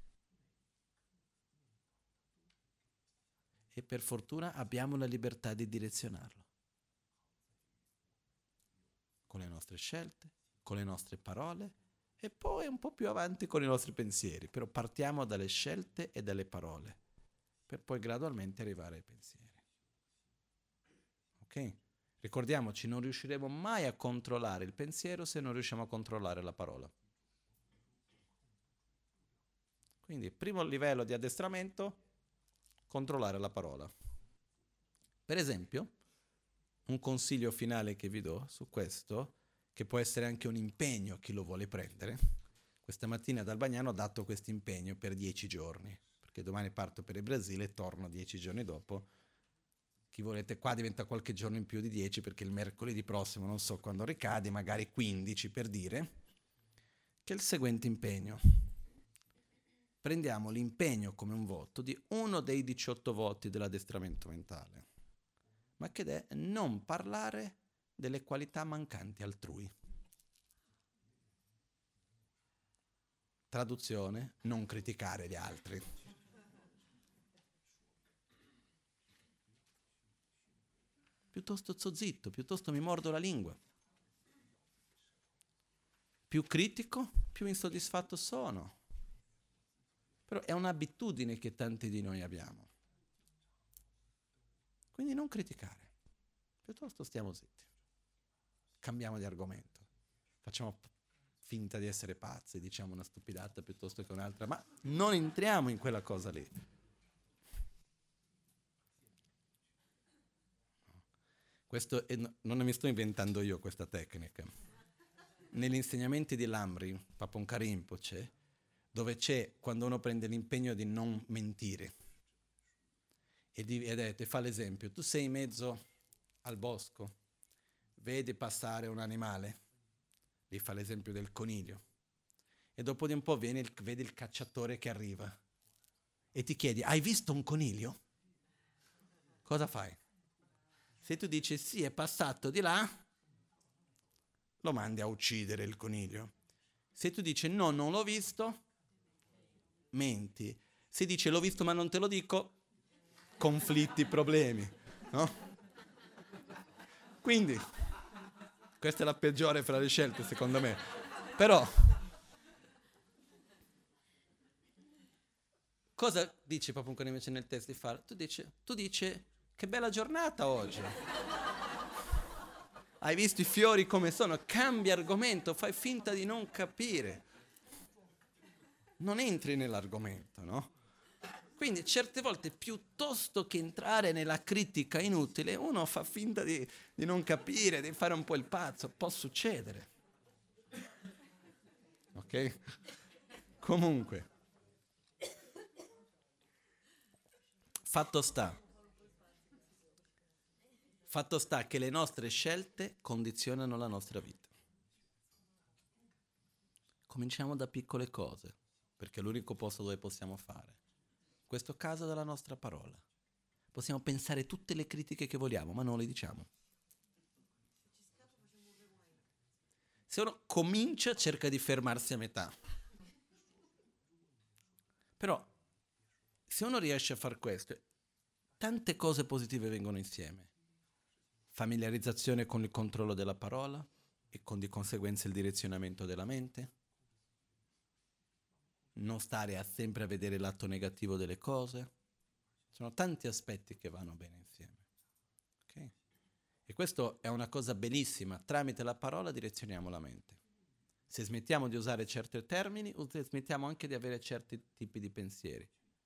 E per fortuna abbiamo la libertà di direzionarlo. Con le nostre scelte, con le nostre parole e poi un po' più avanti con i nostri pensieri. Però partiamo dalle scelte e dalle parole, per poi gradualmente arrivare ai pensieri. Ok? Ricordiamoci, non riusciremo mai a controllare il pensiero se non riusciamo a controllare la parola. Quindi, primo livello di addestramento, controllare la parola. Per esempio, un consiglio finale che vi do su questo, che può essere anche un impegno a chi lo vuole prendere. Questa mattina ad Albagnano ho dato questo impegno per 10 giorni, perché domani parto per il Brasile e torno 10 giorni dopo. Chi volete qua diventa qualche giorno in più di 10, perché il mercoledì prossimo non so quando ricade, magari 15 per dire, che è il seguente impegno. Prendiamo l'impegno come un voto di uno dei 18 voti dell'addestramento mentale, ma che è non parlare delle qualità mancanti altrui. Traduzione: non criticare gli altri. Piuttosto sto zitto, piuttosto mi mordo la lingua. Più critico, più insoddisfatto sono. Però è un'abitudine che tanti di noi abbiamo. Quindi non criticare, piuttosto stiamo zitti. Cambiamo di argomento. Facciamo finta di essere pazzi, diciamo una stupidata piuttosto che un'altra, ma non entriamo in quella cosa lì. Questo non mi sto inventando io questa tecnica. Negli insegnamenti di Lamri, Paponka Rinpoche, dove c'è, quando uno prende l'impegno di non mentire, e fa l'esempio: tu sei in mezzo al bosco, vedi passare un animale, gli fa l'esempio del coniglio, e dopo di un po' vedi il cacciatore che arriva e ti chiedi: hai visto un coniglio? Cosa fai? Se tu dici sì, è passato di là, lo mandi a uccidere il coniglio. Se tu dici no, non l'ho visto, menti. Se dice l'ho visto ma non te lo dico, conflitti, problemi, no? Quindi, questa è la peggiore fra le scelte, secondo me. Però, cosa dice Papunka invece nel test di fare? Tu dici, che bella giornata oggi. Hai visto i fiori come sono? Cambia argomento, fai finta di non capire. Non entri nell'argomento, no? Quindi certe volte, piuttosto che entrare nella critica inutile, uno fa finta di non capire, di fare un po' il pazzo. Può succedere. Ok? Comunque, fatto sta che le nostre scelte condizionano la nostra vita. Cominciamo da piccole cose, perché è l'unico posto dove possiamo fare. In questo caso dalla nostra parola. Possiamo pensare tutte le critiche che vogliamo, ma non le diciamo. Se uno comincia, cerca di fermarsi a metà. Però, se uno riesce a far questo, tante cose positive vengono insieme. Familiarizzazione con il controllo della parola e con di conseguenza il direzionamento della mente. Non stare a sempre a vedere il lato negativo delle cose. Sono tanti aspetti che vanno bene insieme. Okay? E questo è una cosa bellissima. Tramite la parola direzioniamo la mente. Se smettiamo di usare certi termini, smettiamo anche di avere certi tipi di pensieri.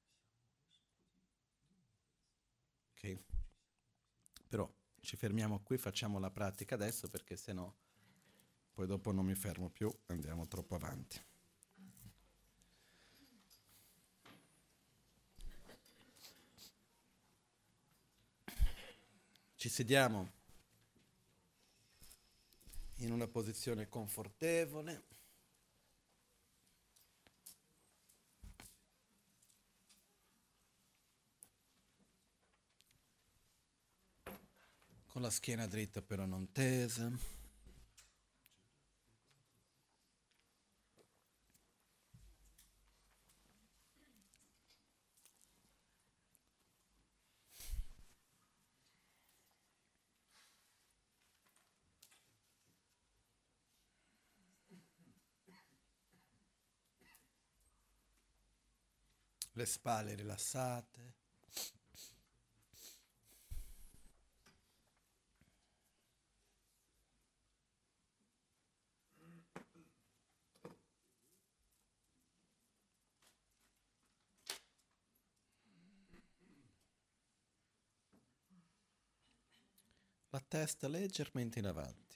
Ok? Però ci fermiamo qui, facciamo la pratica adesso perché sennò poi dopo non mi fermo più, andiamo troppo avanti. Ci sediamo in una posizione confortevole. Con la schiena dritta però non tesa. Le spalle rilassate. La testa leggermente in avanti.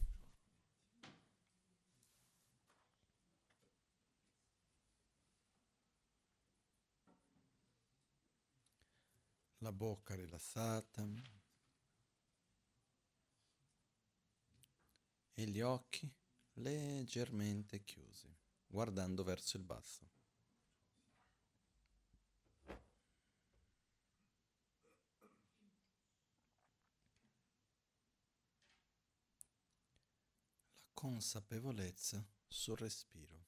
La bocca rilassata. E gli occhi leggermente chiusi, guardando verso il basso. La consapevolezza sul respiro.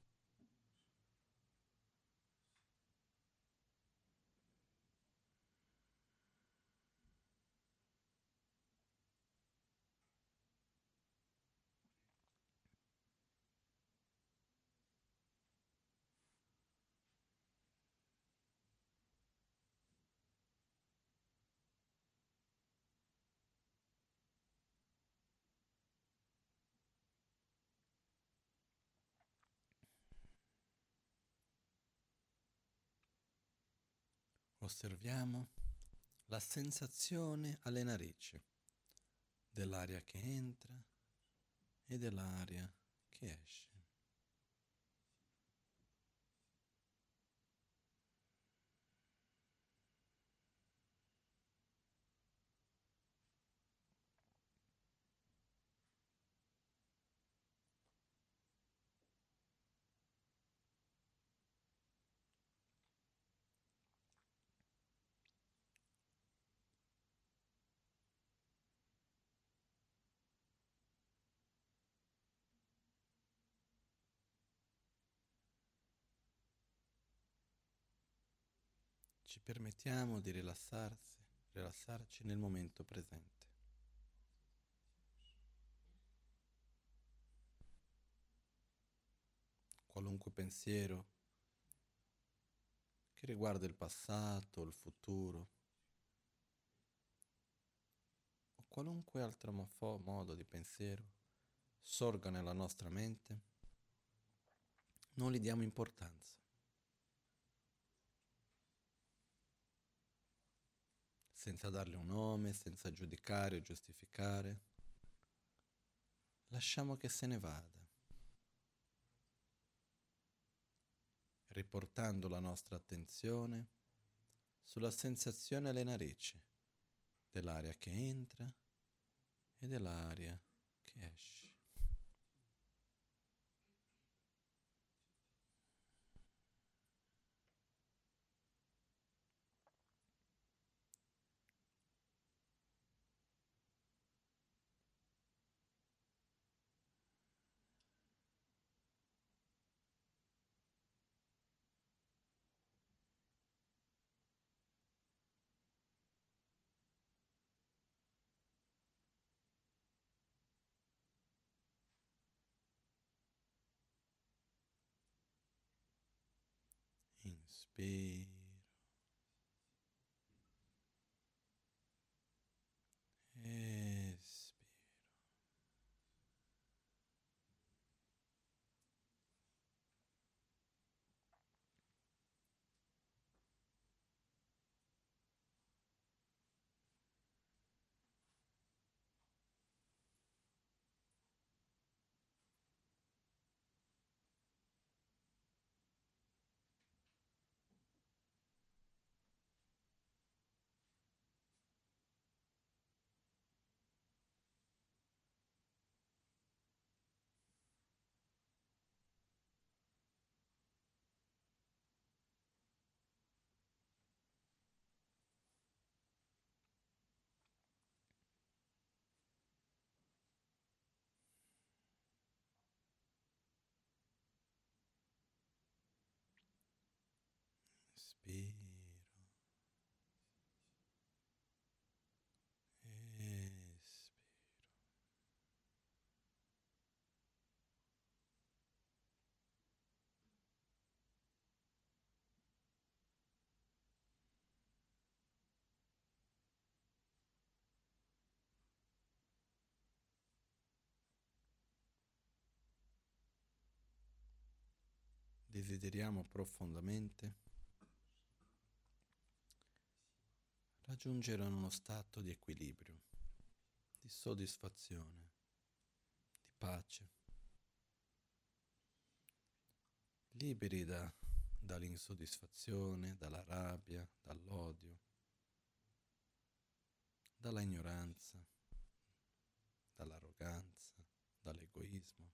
Osserviamo la sensazione alle narici dell'aria che entra e dell'aria che esce. Ci permettiamo di rilassarci nel momento presente. Qualunque pensiero che riguarda il passato, il futuro o qualunque altro modo di pensiero sorga nella nostra mente, non gli diamo importanza. Senza dargli un nome, senza giudicare o giustificare, lasciamo che se ne vada, riportando la nostra attenzione sulla sensazione alle narici dell'aria che entra e dell'aria che esce. Inspiro. Espiro. Inspiro. Espiro. Desideriamo profondamente raggiungere uno stato di equilibrio, di soddisfazione, di pace, liberi dall'insoddisfazione, dalla rabbia, dall'odio, dalla ignoranza, dall'arroganza, dall'egoismo.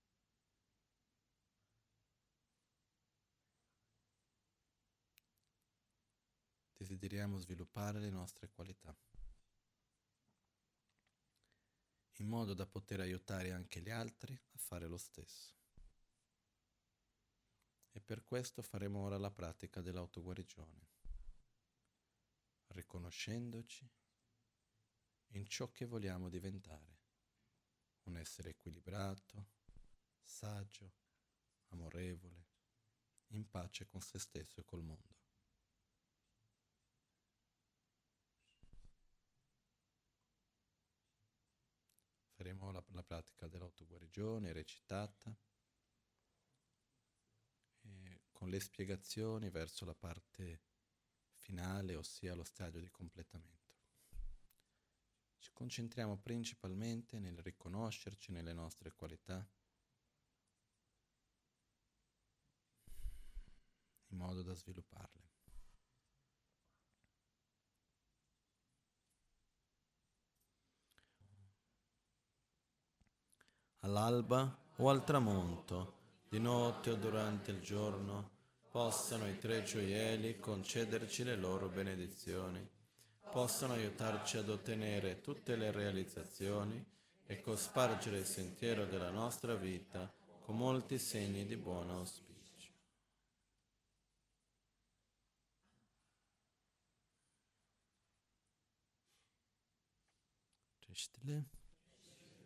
Desideriamo sviluppare le nostre qualità, in modo da poter aiutare anche gli altri a fare lo stesso. E per questo faremo ora la pratica dell'autoguarigione, riconoscendoci in ciò che vogliamo diventare, un essere equilibrato, saggio, amorevole, in pace con se stesso e col mondo. Faremo la pratica dell'autoguarigione recitata con le spiegazioni verso la parte finale, ossia lo stadio di completamento. Ci concentriamo principalmente nel riconoscerci nelle nostre qualità, in modo da svilupparle. All'alba o al tramonto, di notte o durante il giorno, possano i tre gioielli concederci le loro benedizioni, possano aiutarci ad ottenere tutte le realizzazioni e cospargere il sentiero della nostra vita con molti segni di buon auspicio. Çeşitli